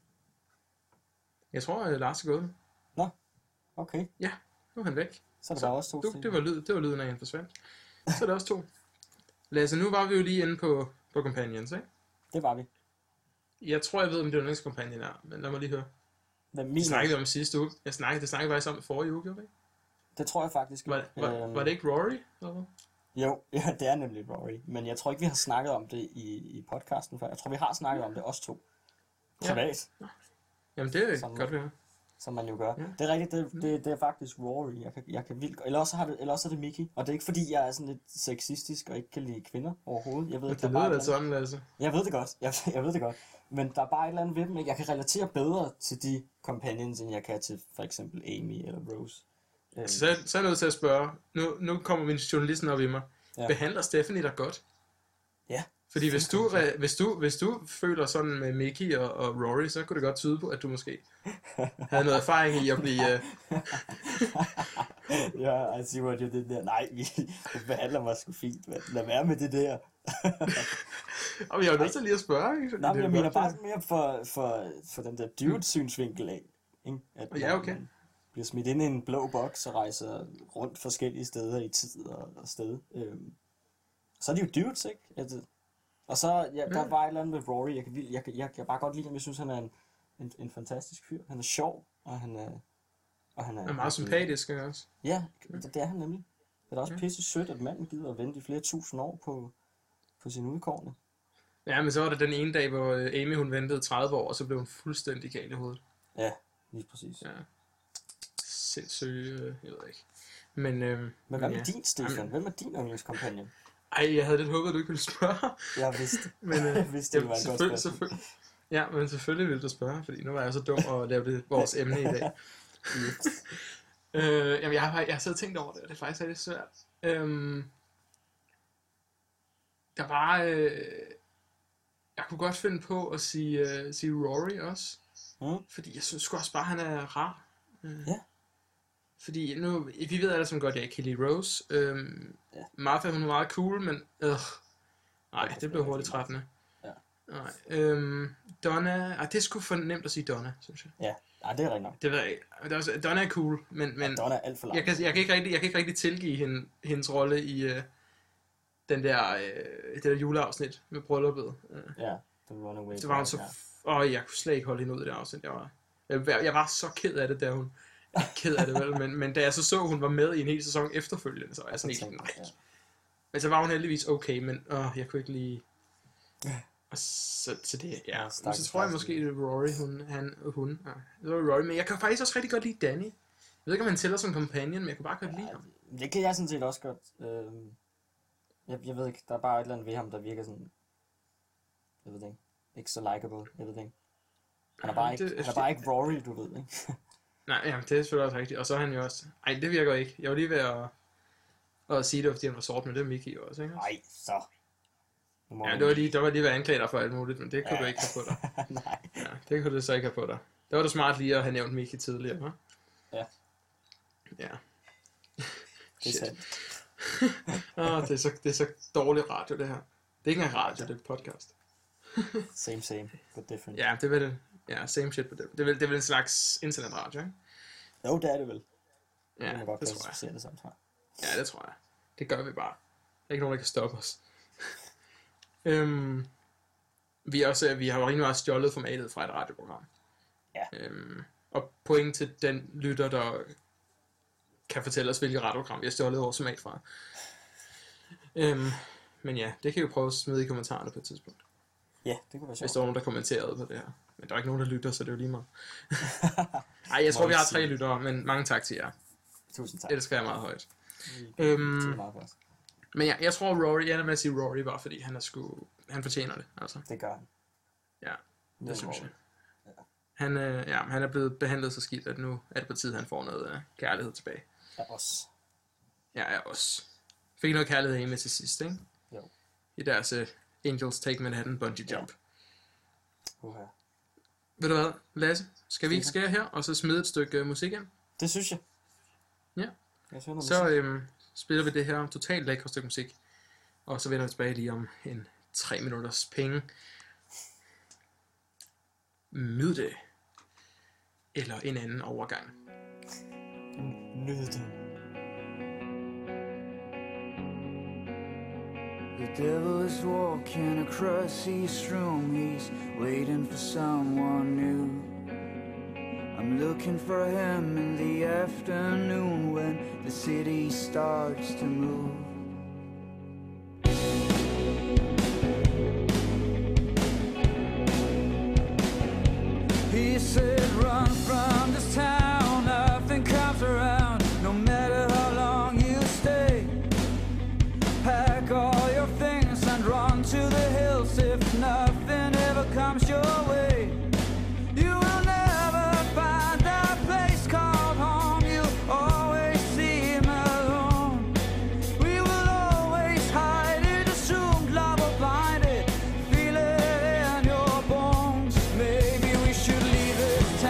A: Jeg tror, øh, Lars er gået.
B: Okay,
A: Nu er han væk.
B: så er der
A: Så,
B: bare også to
A: Du,
B: stykker.
A: det var, lyd, det var lyden af, at han forsvandt. Så er det også to. Lasse, nu var vi jo lige inde på, på Companions, ikke?
B: Det var vi.
A: Jeg tror, jeg ved, om det er yndlingscompanion er, men lad mig lige høre.
B: Hvad
A: Vi
B: min
A: snakkede om sidste uge. Jeg snakkede, det snakkede vi faktisk om forrige uge, gjorde vi ikke?
B: Det tror jeg faktisk.
A: Var, var,
B: Øhm,
A: var det ikke Rory? Eller hvad?
B: Jo, ja, det er nemlig Rory. Men jeg tror ikke, vi har snakket om det i, i podcasten før. Jeg tror, vi har snakket om det, os to.
A: Ja.
B: Privat,
A: Jamen, det er
B: Sådan.
A: godt, vi har.
B: som man jo gør.
A: Ja.
B: Det er rigtigt, det, det, det er faktisk Rory. Jeg kan, jeg kan vildt, eller, også har det, eller også er det Mickey. Og det er ikke fordi, jeg er sådan lidt sexistisk og ikke kan lide kvinder overhovedet. Jeg ved,
A: Men
B: ikke, der
A: det
B: er bare
A: lyder
B: et
A: da
B: eller andet-
A: sådan, Lasse.
B: Jeg ved det godt, jeg, jeg ved det godt. Men der er bare et eller andet ved dem, ikke? Jeg kan relatere bedre til de companions, end jeg kan til for eksempel Amy eller Rose. Øhm,
A: Så, så er jeg nødt til at spørge. Nu, nu kommer min journalisten op i mig.
B: Ja.
A: Behandler Stephanie dig godt?
B: Ja.
A: Fordi hvis du, re- hvis, du, hvis du føler sådan med Mickey og, og Rory, så kunne det godt tyde på, at du måske havde noget erfaring i at blive... Uh...
B: Ja, I see what you did der. Nej, vi vi behandler mig sgu fint. mand. Lad være med det der.
A: Og jeg er jo nødt til lige at spørge, ikke?
B: Nej, men jeg mener bare mere for, for, for den der dude-synsvinkel af, ikke? At
A: ja, okay.
B: man bliver smidt ind i en blå boks og rejser rundt forskellige steder i tid og, og sted. Øhm, så er de jo dudes, ikke? Altså, og så, ja, der er bare et eller andet med Rory, jeg kan, jeg, jeg, jeg kan bare godt lide ham, jeg synes, han er en, en, en fantastisk fyr. Han er sjov, og han er... Og han er,
A: han er meget sympatisk, ikke også?
B: Ja, det, det er han nemlig. Det er også
A: Ja.
B: pisse sødt, at manden gider at vente i flere tusind år på, på sine udkårne.
A: Ja, men så var det den ene dag, hvor Amy hun ventede tredive år, og så blev hun fuldstændig gal i hovedet.
B: Ja, lige præcis.
A: Ja. Sindssygt, øh, jeg ved ikke. Men, øh,
B: Men hvad med
A: ja.
B: din, Stefan? Hvem er din yndlingskompagnon?
A: Ej, jeg havde lidt håbet, at du ikke ville spørge.
B: Jeg vidste,
A: Men, øh,
B: jeg vidste det
A: jamen,
B: var et godt
A: selvfølgelig,
B: spørgsmål.
A: selvfølgelig. Ja, men selvfølgelig ville du spørge, fordi nu var jeg så dum at lave det vores emne i dag.
B: Yes.
A: øh, jamen, jeg har, jeg har siddet og tænkt over det, og det er faktisk lidt svært. Øhm, der var... Øh, jeg kunne godt finde på at sige, øh, sige Rory også.
B: Mm.
A: Fordi jeg synes sgu også bare, han er rar. Øh,
B: Ja.
A: Fordi nu, vi ved alle sammen godt, at jeg ikke kan lide Rose. Øhm,
B: Ja.
A: Martha, hun er meget cool, men øh, nej,
B: kan
A: det blev
B: sgu
A: hurtigt
B: ikke lide
A: trættende.
B: Ja.
A: Nej, øhm, Donna, ej, det er sgu for nemt at sige Donna, synes jeg.
B: Ja, ja, det er rigtigt nok.
A: Det ved jeg ikke. Det er også, Donna er cool, men, men
B: Donna er alt for langt.
A: jeg, kan, jeg, kan ikke rigtig, jeg kan ikke rigtig tilgive hende, hendes rolle i øh, den der, øh, det der juleafsnit med brylluppet. Øh,
B: Ja, The Runaway.
A: det var hun så...
B: Ja.
A: Åh, jeg kunne slet ikke holde hende ud i det afsnit. Jeg var, jeg, var- jeg var så ked af det, da hun... Ikke ked af det, vel, men, men da jeg så så, hun var med i en hel sæson efterfølgende, så var jeg sådan helt, nej.
B: Ja.
A: Men så var hun heldigvis okay, men åh, jeg kunne ikke lige... Og så, så det, ja.
B: Ja,
A: Men så
B: stakkels
A: tror jeg
B: Carsten.
A: måske, det er Rory, hun, han, hun. Ja, det var Rory, men jeg kan faktisk også rigtig godt lide Danny. Jeg ved ikke, om han tæller som companion, men jeg kunne bare godt lide ham.
B: Det kan jeg sådan set også godt. Øhm, jeg, jeg ved ikke, der er bare et eller andet ved ham, der virker sådan... Jeg ved det ikke. Ikke så likeable, jeg ved det ikke. Han er bare ikke,
A: Det-
B: han er bare ikke Rory, du ved, ikke?
A: Nej, jamen, det er selvfølgelig også rigtigt. Og så er han jo også... Ej, det virker ikke. Jeg var lige ved at, at sige det, fordi han var sort, men det er Mickey jo også, ikke?
B: Nej, så. Nu må
A: Ja,
B: du-
A: det var lige, der var lige været anklaget for alt muligt, men det kunne
B: Ja.
A: du ikke have på dig.
B: Nej.
A: Ja, det kunne du så ikke have på dig. Det var du smart lige at have nævnt Mickey tidligere, hva'?
B: Ja.
A: Ja.
B: Det er
A: Shit.
B: sandt.
A: Åh, det, er så, det er så dårlig radio, det her. Det er ikke engang radio, det er podcast.
B: Same, same, but different.
A: Ja, det er vel... Ja, same shit på det. Det er vel, det er vel en slags internetradio, ikke?
B: Jo, det er det vel. Det
A: Ja,
B: kan man godt
A: det tror jeg.
B: klassificere det som, tror jeg.
A: Ja, det tror jeg. Det gør vi bare. Der er ikke nogen, der kan stoppe os. øhm, vi, er også, vi har jo rigtig meget stjålet formatet fra et radioprogram.
B: Ja.
A: Øhm, og point til den lytter, der kan fortælle os, hvilket radioprogram vi har stjålet vores format fra. Øhm, men ja, det kan vi prøve at smide i kommentarerne på et tidspunkt.
B: Ja, det kunne være
A: Hvis
B: sjovt.
A: der er nogen, der kommenterede på det her. Men der er ikke nogen, der lytter, så det er jo lige meget. Ej, jeg tror, vi har tre lyttere, men mange tak til jer.
B: Tusind tak.
A: Det elsker jeg meget højt.
B: Det
A: Øhm,
B: er meget godt.
A: men ja, jeg tror Rory, jeg er med at sige Rory, bare fordi han er sgu, han fortjener det, altså.
B: Det gør han.
A: Ja,
B: Det
A: det
B: er
A: synes
B: Rory.
A: jeg. Han, øh, ja, han er blevet behandlet så skidt, at nu er det på tide, han får noget øh, kærlighed tilbage.
B: Af os.
A: Ja, jeg også. Fik noget kærlighed af med til sidst, ikke?
B: Jo.
A: I deres uh, Angels Take Manhattan Bungee Jump.
B: Uha.
A: Ved du hvad, Lasse? Skal vi ikke skære her, og så smide et stykke uh, musik ind?
B: Det synes jeg.
A: Ja.
B: Jeg synes, noget
A: Så
B: musik.
A: øhm, spiller vi det her totalt lækre stykke musik. Og så vender vi tilbage lige om en tre minutters penge. Myd det. Eller en anden overgang.
B: Nyd det.
D: The devil is walking across East Room. He's waiting for someone new. I'm looking for him in the afternoon when the city starts to move. He said, run from this town, nothing comes around, no matter how long you stay. Pack all your things and run to the hills if nothing ever comes your way. You will never find a place called home, you always seem alone. We will always hide it, assumed love will blind it, feel it in your bones. Maybe we should leave it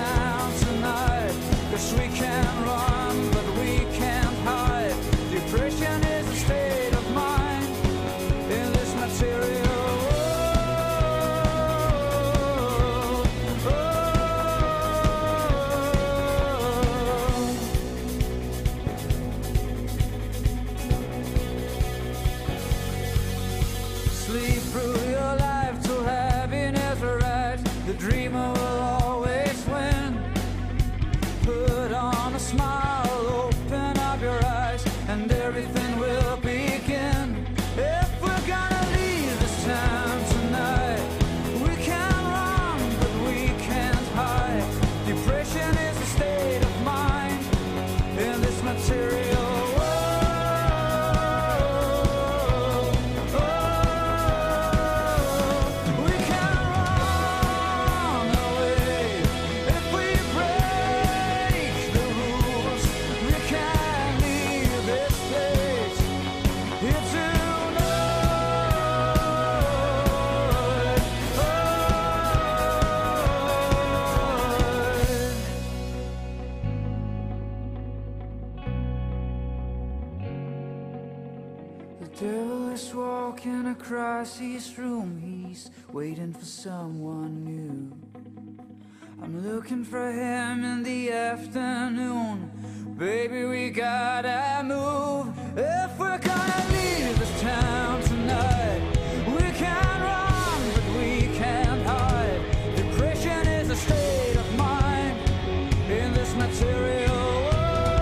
D: He's walking across his room, he's waiting for someone new. I'm looking for him in the afternoon. Baby, we gotta move if we're gonna leave this town tonight. We can't run, but we can't hide. Depression is a state of mind in this material world.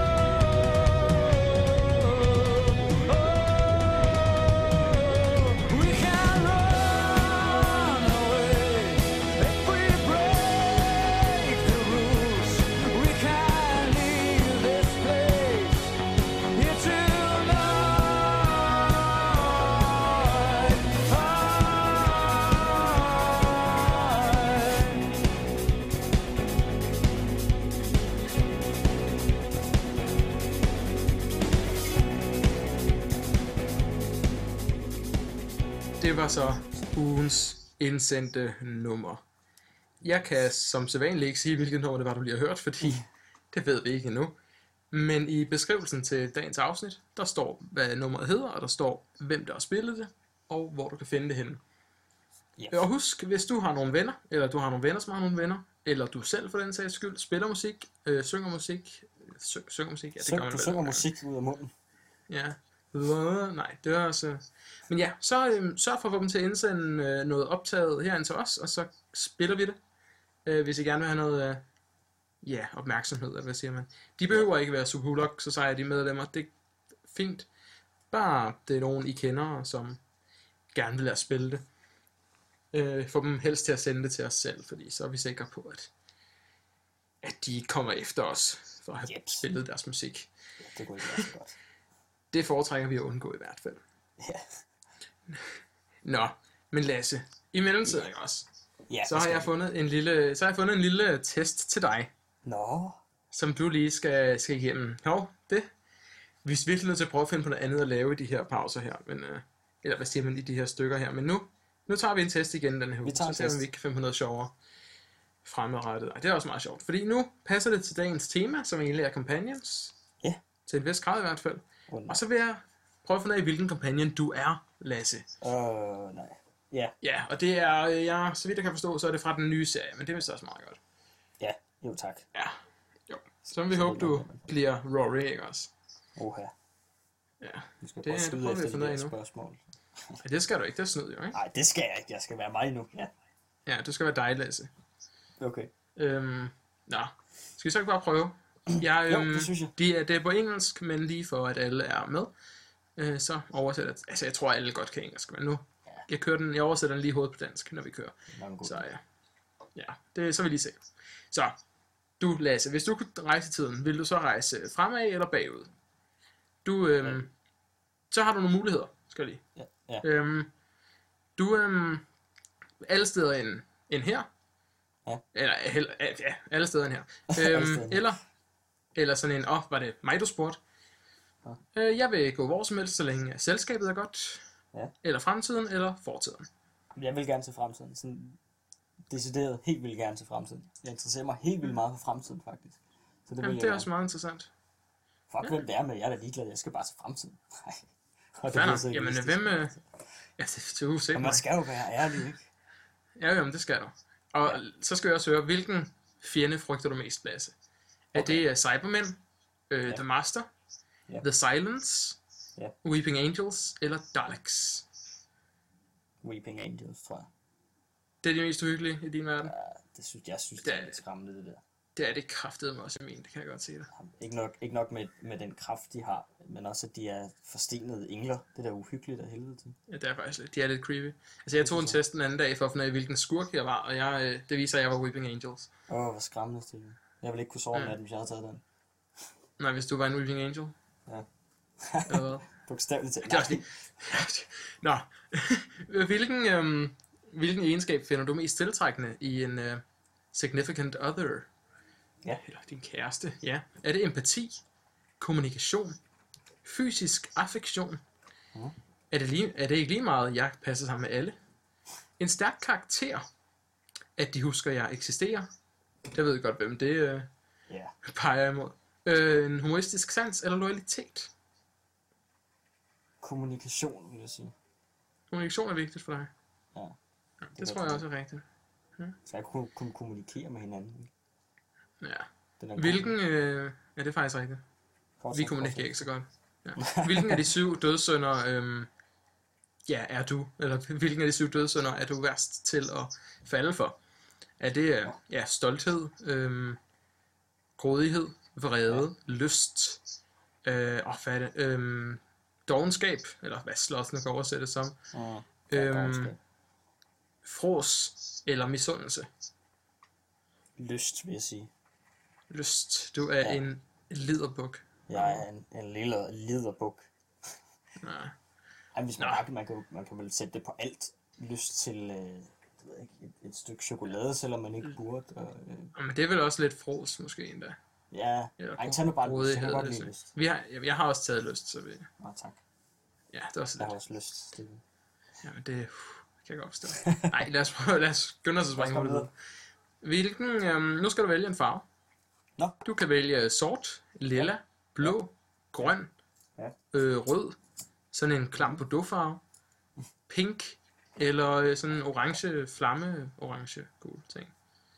D: Oh, we can't run away if we break the rules. We can't leave this place here tonight.
A: Det var så ugens indsendte nummer. Jeg kan som sædvanligt ikke sige, hvilket nummer det var, du lige har hørt, fordi det ved vi ikke endnu. Men i beskrivelsen til dagens afsnit, der står, hvad nummeret hedder, og der står, hvem der har spillet det, og hvor du kan finde det henne.
B: Ja.
A: Og husk, hvis du har nogle venner, eller du har nogle venner, som har nogle venner, eller du selv for den sags skyld spiller musik, øh, synger musik, sy- synger musik, ja, det
B: Syng,
A: gør man
B: du
A: vel
B: synger
A: nogle
B: musik ud af munden.
A: gange. Ja. Øh, nej, det er også... Men ja, så øh, sørg for at få dem til at indsende øh, noget optaget herind til os, og så spiller vi det. Øh, hvis I gerne vil have noget... Øh, ja, opmærksomhed, eller hvad siger man. De behøver ikke være Superhulok, så siger de medlemmer. Det er fint. Bare det er nogen, I kender, som gerne vil lade os spille det. Øh, få dem helst til at sende det til os selv, fordi så er vi sikre på, at, at de kommer efter os for at have
B: Jeps.
A: spillet deres musik.
B: Ja, det kunne ikke være så godt.
A: Det foretrækker vi at undgå i hvert fald.
B: Ja,
A: Nå, men Lasse, i mellemtiden ikke også,
B: ja
A: så
B: det
A: har
B: skal
A: jeg
B: vi.
A: fundet en lille, så har jeg fundet en lille test til dig,
B: Nå,
A: som du lige skal, skal igennem. Jo, det. Vi er virkelig nødt til at prøve at finde på noget andet at lave i de her pauser her, men, øh, eller hvad siger man i de her stykker her, men nu, nu tager vi en test igen den her uge,
B: tager
A: så
B: en
A: ser vi, om
B: test.
A: vi ikke kan finde på noget sjovere fremadrettet. Og det er også meget sjovt, fordi nu passer det til dagens tema, som egentlig er companions,
B: ja.
A: til en vis grad i hvert fald.
B: Oh, nej.
A: Og så vil jeg prøve at finde ud af, hvilken companion du er, Lasse.
B: Øh, nej. Ja,
A: Ja, og det er, øh, ja, så vidt jeg kan forstå, så er det fra den nye serie, men det er vist også meget godt.
B: ja, jo tak.
A: Ja, jo. Så vil vi håbe, du bliver Rory, ikke også?
B: Oha,
A: Ja,
B: du skal
A: Det-
B: bare
A: det
B: skyde
A: prøver vi
B: efter
A: at
B: de
A: finde ud
B: der
A: af nu.
B: spørgsmål.
A: ja det skal du ikke, det er snyd jo, ikke?
B: Nej, det skal jeg ikke. Jeg skal være mig nu. Ja,
A: Ja, du skal være dig, Lasse.
B: okay.
A: Øhm, nå, skal vi så ikke bare prøve? Jeg,
B: Jo,
A: øhm,
B: det synes jeg.
A: De er, det er på engelsk, men lige for at alle er med, øh, så oversætter jeg. Altså, jeg tror, alle godt kan engelsk, men nu, jeg kører den, jeg oversætter den lige i hovedet på dansk, når vi kører.
B: Mange gode.
A: Så ja, ja det, så vil vi lige se. Så, du Lasse, hvis du kunne rejse i tiden, vil du så rejse fremad eller bagud? Du, øhm, så har du nogle muligheder, skal jeg lige.
B: Ja, ja.
A: Øhm, du, øhm, alle steder end, end her.
B: Ja.
A: Eller, hel, ja, alle steder end her.
B: Alle
A: Øhm,
B: steder end her.
A: eller, eller sådan en, åh, oh, var det mig, du spurgte?
B: Ja.
A: Øh, jeg vil gå hvor som helst, så længe selskabet er godt.
B: Ja.
A: Eller fremtiden, eller fortiden.
B: Jeg vil gerne til fremtiden. Sådan decideret helt vildt gerne til fremtiden. Jeg interesserer mig helt vildt meget for fremtiden, faktisk. Så det vil
A: Jamen,
B: jeg
A: det er
B: gerne.
A: også meget interessant.
B: Fuck, hvem det er med. Jeg er da ligeglad. Jeg skal bare til fremtiden. Nej. Og
A: Fair
B: lyder
A: nok.
B: så
A: Jamen,
B: egoistisk.
A: hvem... Øh, ja, det, det er usikkert
B: Og
A: mig.
B: man skal jo være ærlig, ikke?
A: Ja, jamen, det skal du. Og ja. Så skal jeg også høre, hvilken fjende frygter du mest, Lasse? Er
B: Okay.
A: det uh, Cybermen, uh,
B: Ja.
A: The Master,
B: Ja.
A: The Silence,
B: Ja.
A: Weeping Angels eller Daleks?
B: Weeping Angels, tror jeg.
A: Det er de mest uhyggelige i din verden.
B: Ja, det synes, jeg synes, det
A: Det
B: er
A: er-
B: lidt skræmmende, det der.
A: Det er det kraftedeme også i min, det kan jeg godt se det.
B: Ikke nok, ikke nok med, med den kraft, de har, men også, at de er forstenede engler. Det der uhyggeligt af helvede til.
A: Ja, det er faktisk lidt, de er lidt creepy. Altså, jeg tog en test den anden dag for at finde ud af, hvilken skurk jeg var, og jeg, øh, det viser, at jeg var Weeping Angels.
B: Åh, oh, hvor skræmmende, Stine. Jeg ville ikke kunne sove om
A: Ja.
B: natten, hvis jeg havde taget den.
A: Nej, hvis du var en Weeping Angel.
B: Ja.
A: Eller hvad?
B: Bogstaveligt talt.
A: Det er også lige... Nå, hvilken, øhm, hvilken egenskab finder du mest tiltrækkende i en øh, significant other?
B: Ja.
A: Eller din kæreste, ja. Er det empati, kommunikation, fysisk affektion?
B: Mhm.
A: Er, det lige, er det ikke lige meget, at jeg passer sammen med alle? En stærk karakter, at de husker, at jeg eksisterer? Jeg ved godt, hvem det øh,
B: Ja.
A: peger imod. Øh, en humoristisk sans eller loyalitet?
B: Kommunikation, vil jeg sige.
A: Kommunikation er vigtigt for dig.
B: Ja.
A: Ja, det,
B: Det
A: tror
B: kan
A: jeg
B: jeg
A: også er rigtigt.
B: Så jeg kunne, kunne kommunikere med hinanden.
A: Ja.
B: Den er
A: Hvilken, øh, ja, det er faktisk rigtigt.
B: god.
A: Vi kommunikerer ikke så godt. Ja. Hvilken af de syv dødssynder, øhm, ja, er du? Eller hvilken af de syv dødssynder er du værst til at falde for? Er det, øh, ja, stolthed, øhm, grådighed, vrede, ja. lyst, øh, og hvad er det, øhm, dovenskab, eller hvad slåsene kan oversættes som,
B: Ja,
A: øhm, frås eller misundelse?
B: lyst, vil jeg sige.
A: Lyst. Du er
B: Ja.
A: en liderbuk.
B: Jeg er en, en lille liderbuk.
A: Ja.
B: Ej, hvis man,
A: Nå.
B: bare, man, kan, man kan vel sætte det på alt. Lyst til øh, jeg ved ikke, et, et stykke chokolade, selvom man ikke burde. Og, øh,
A: Men det er vel også lidt frås måske endda.
B: ja,
A: Eller
B: ej, tag nu bare lyst. Jeg kan
A: grådighed,
B: godt
A: altså.
B: lide lyst.
A: Vi har, jeg, jeg har også taget lyst, så vi...
B: Nå, tak.
A: Ja, det er også
B: Jeg har
A: lidt...
B: også lyst til det.
A: Jamen, det uh, kan jeg godt forstå. Nej, lad os prøve, lad os skynde os at springe hurtigt videre. Hvilken... Øhm, nu skal du vælge en farve.
B: Nå.
A: Du kan vælge sort, lilla, blå, grøn,
B: Ja.
A: øh, rød, sådan en klam på farve, pink, eller øh, sådan en orange flamme, orange gul ting.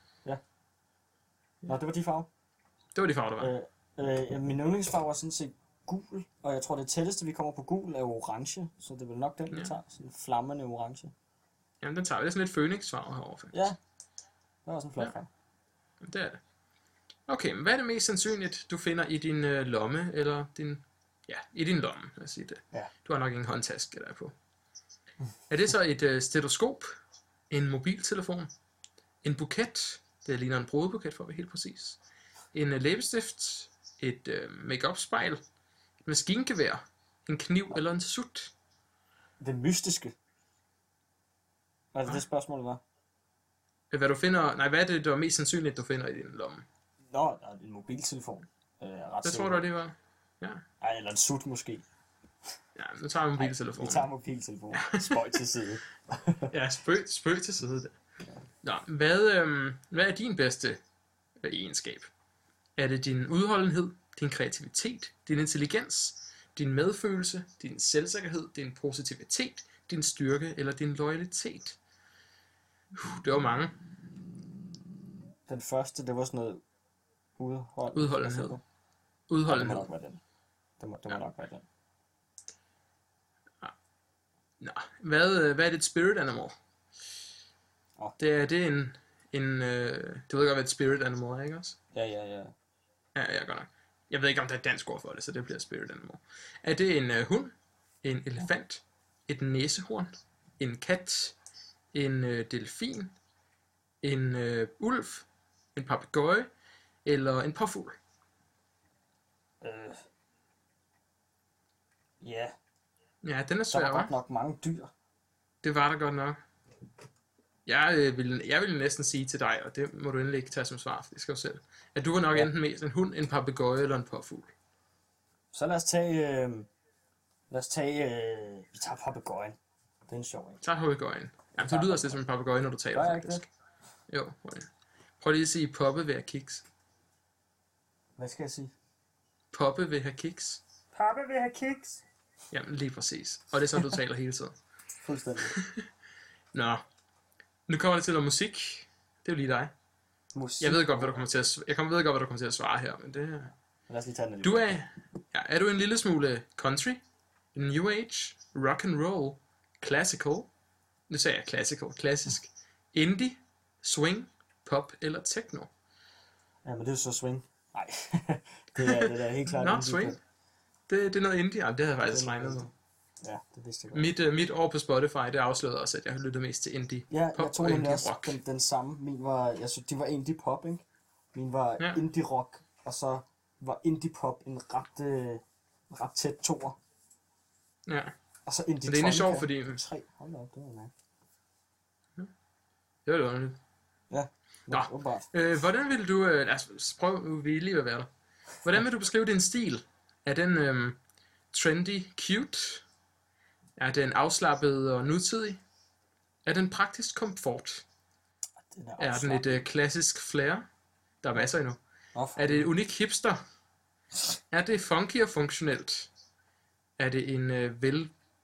B: Nå, det var de farver.
A: Det var de farver, der var.
B: Øh, øh, min yndlingsfarve er sådan set gul, og jeg tror det tætteste vi kommer på gul er orange, så det er vel nok den vi
A: Ja.
B: tager. Sådan en flammende orange.
A: Jamen, den tager vi. Det er sådan lidt Phoenix-farve herovre, faktisk.
B: Ja, det var også en flot
A: Ja.
B: farve.
A: Jamen, det er det. Okay, men hvad er det mest sandsynligt, du finder i din øh, lomme, eller din... Ja, i din lomme, lad os sige det.
B: Ja.
A: Du har nok ingen håndtaske, der er på. Er det så et øh, stetoskop, en mobiltelefon, en buket, det ligner en brudebuket for at være helt præcis, en øh, læbestift, et øh, make-up spejl, et maskingevær, en kniv eller en sut?
B: Det mystiske. Var det det spørgsmål, var?
A: Hvad du finder... Nej, hvad er det, der er mest sandsynligt, du finder i din lomme?
B: Nå, der er en mobiltelefon. Øh, jeg er ret
A: Hvad
B: sikker
A: tror
B: på.
A: du, det var? Ja,
B: Ej, eller en sut måske.
A: ja nu tager vi mobiltelefonen.
B: Vi tager mobiltelefonen. Spøj til side.
A: Ja, spøg, spøg til side der. Nå, hvad, øhm, hvad er din bedste øh, egenskab? Er det din udholdenhed, din kreativitet, din intelligens, din medfølelse, din selvsikkerhed, din positivitet, din styrke eller din loyalitet? Uh, det var mange.
B: Den første, det var sådan noget udhold.
A: Udholdenhed.
B: Ja, det må
A: Udholdenhed.
B: nok være den. Det må, det må
A: Ja.
B: nok være den.
A: Nå, hvad, øh, hvad er dit spirit animal?
B: Åh.
A: Det er det er en, en øh, du ved godt, hvad et spirit animal er, ikke også?
B: Ja, ja, ja.
A: Ja, ja, godt nok. Jeg ved ikke, om der er et dansk ord for det, så det bliver spirit animal. Er det en øh, hund, en elefant, et næsehorn, en kat, en øh, delfin, en øh, ulv, en papegøje eller en påfugl?
B: Øh. Ja,
A: Ja, den er
B: der
A: svær,
B: var
A: hva'?
B: godt nok mange dyr.
A: Det var der godt nok. Jeg, øh, vil, jeg vil næsten sige til dig, og det må du endelig ikke tage som svar, for det skal du selv, at du var nok
B: Ja.
A: enten mest en hund, en papegøje eller en påfugl.
B: Så lad os tage... Øh, lad os tage... Øh, vi tager papegøjen. Det er en sjov en.
A: Tag papegøjen. Jamen, du lyder også lidt som en papegøje, når du taler,
B: Gør jeg ikke
A: faktisk. Jo, prøv lige. Prøv lige at sige poppe ved at kiks.
B: Hvad skal jeg sige?
A: Poppe ved at have kiks.
B: Pappe vil have kiks.
A: Jamen, lige præcis. Og det er sådan, du taler hele tiden.
B: Fuldstændig.
A: Nå. Nu kommer det til noget musik. Det er jo lige dig.
B: Musik.
A: Jeg ved godt, hvad du kommer til at, jeg kommer ved godt, hvad du kommer til at svare her, men det er...
B: Lad os lige tage den.
A: Du er... Ja, er du en lille smule country, new age, rock and roll, classical? Nu sagde jeg classical, klassisk. Indie, swing, pop eller techno?
B: Ja, men det er jo så swing. Nej, det er, det er helt klart.
A: Nå,
B: indie
A: swing.
B: pop.
A: Det, det er noget indie. Jamen, det havde jeg faktisk
B: Det er
A: regnet
B: noget
A: med.
B: Ja, det vidste jeg godt.
A: Mit, uh, mit år på Spotify, det afslørede også, at jeg har lyttet mest til indie
B: Ja,
A: pop
B: jeg tog
A: og
B: nemlig
A: indie
B: også
A: rock.
B: den, den samme. Min var, jeg synes, de var indie pop, ikke? Min var
A: Ja.
B: ja. indie rock, og så var indie pop en ret, øh, ret tæt toer.
A: Ja,
B: Og så indie
A: men det er egentlig sjovt,
B: Tonica.
A: fordi...
B: Tre, hold da op, det var nok.
A: Det var det underligt.
B: Ja,
A: Nå.
B: åbenbart.
A: Øh, hvordan vil du... Øh, lad os prøve, nu vil I lige være der. Hvordan vil du beskrive din stil? Er den øh, trendy, cute? Er den afslappet og nutidig? Er den praktisk komfort?
B: Den er,
A: Er den et øh, klassisk flair? Der er masser endnu. Er det unik hipster? Er det funky og funktionelt? Er det en øh, vel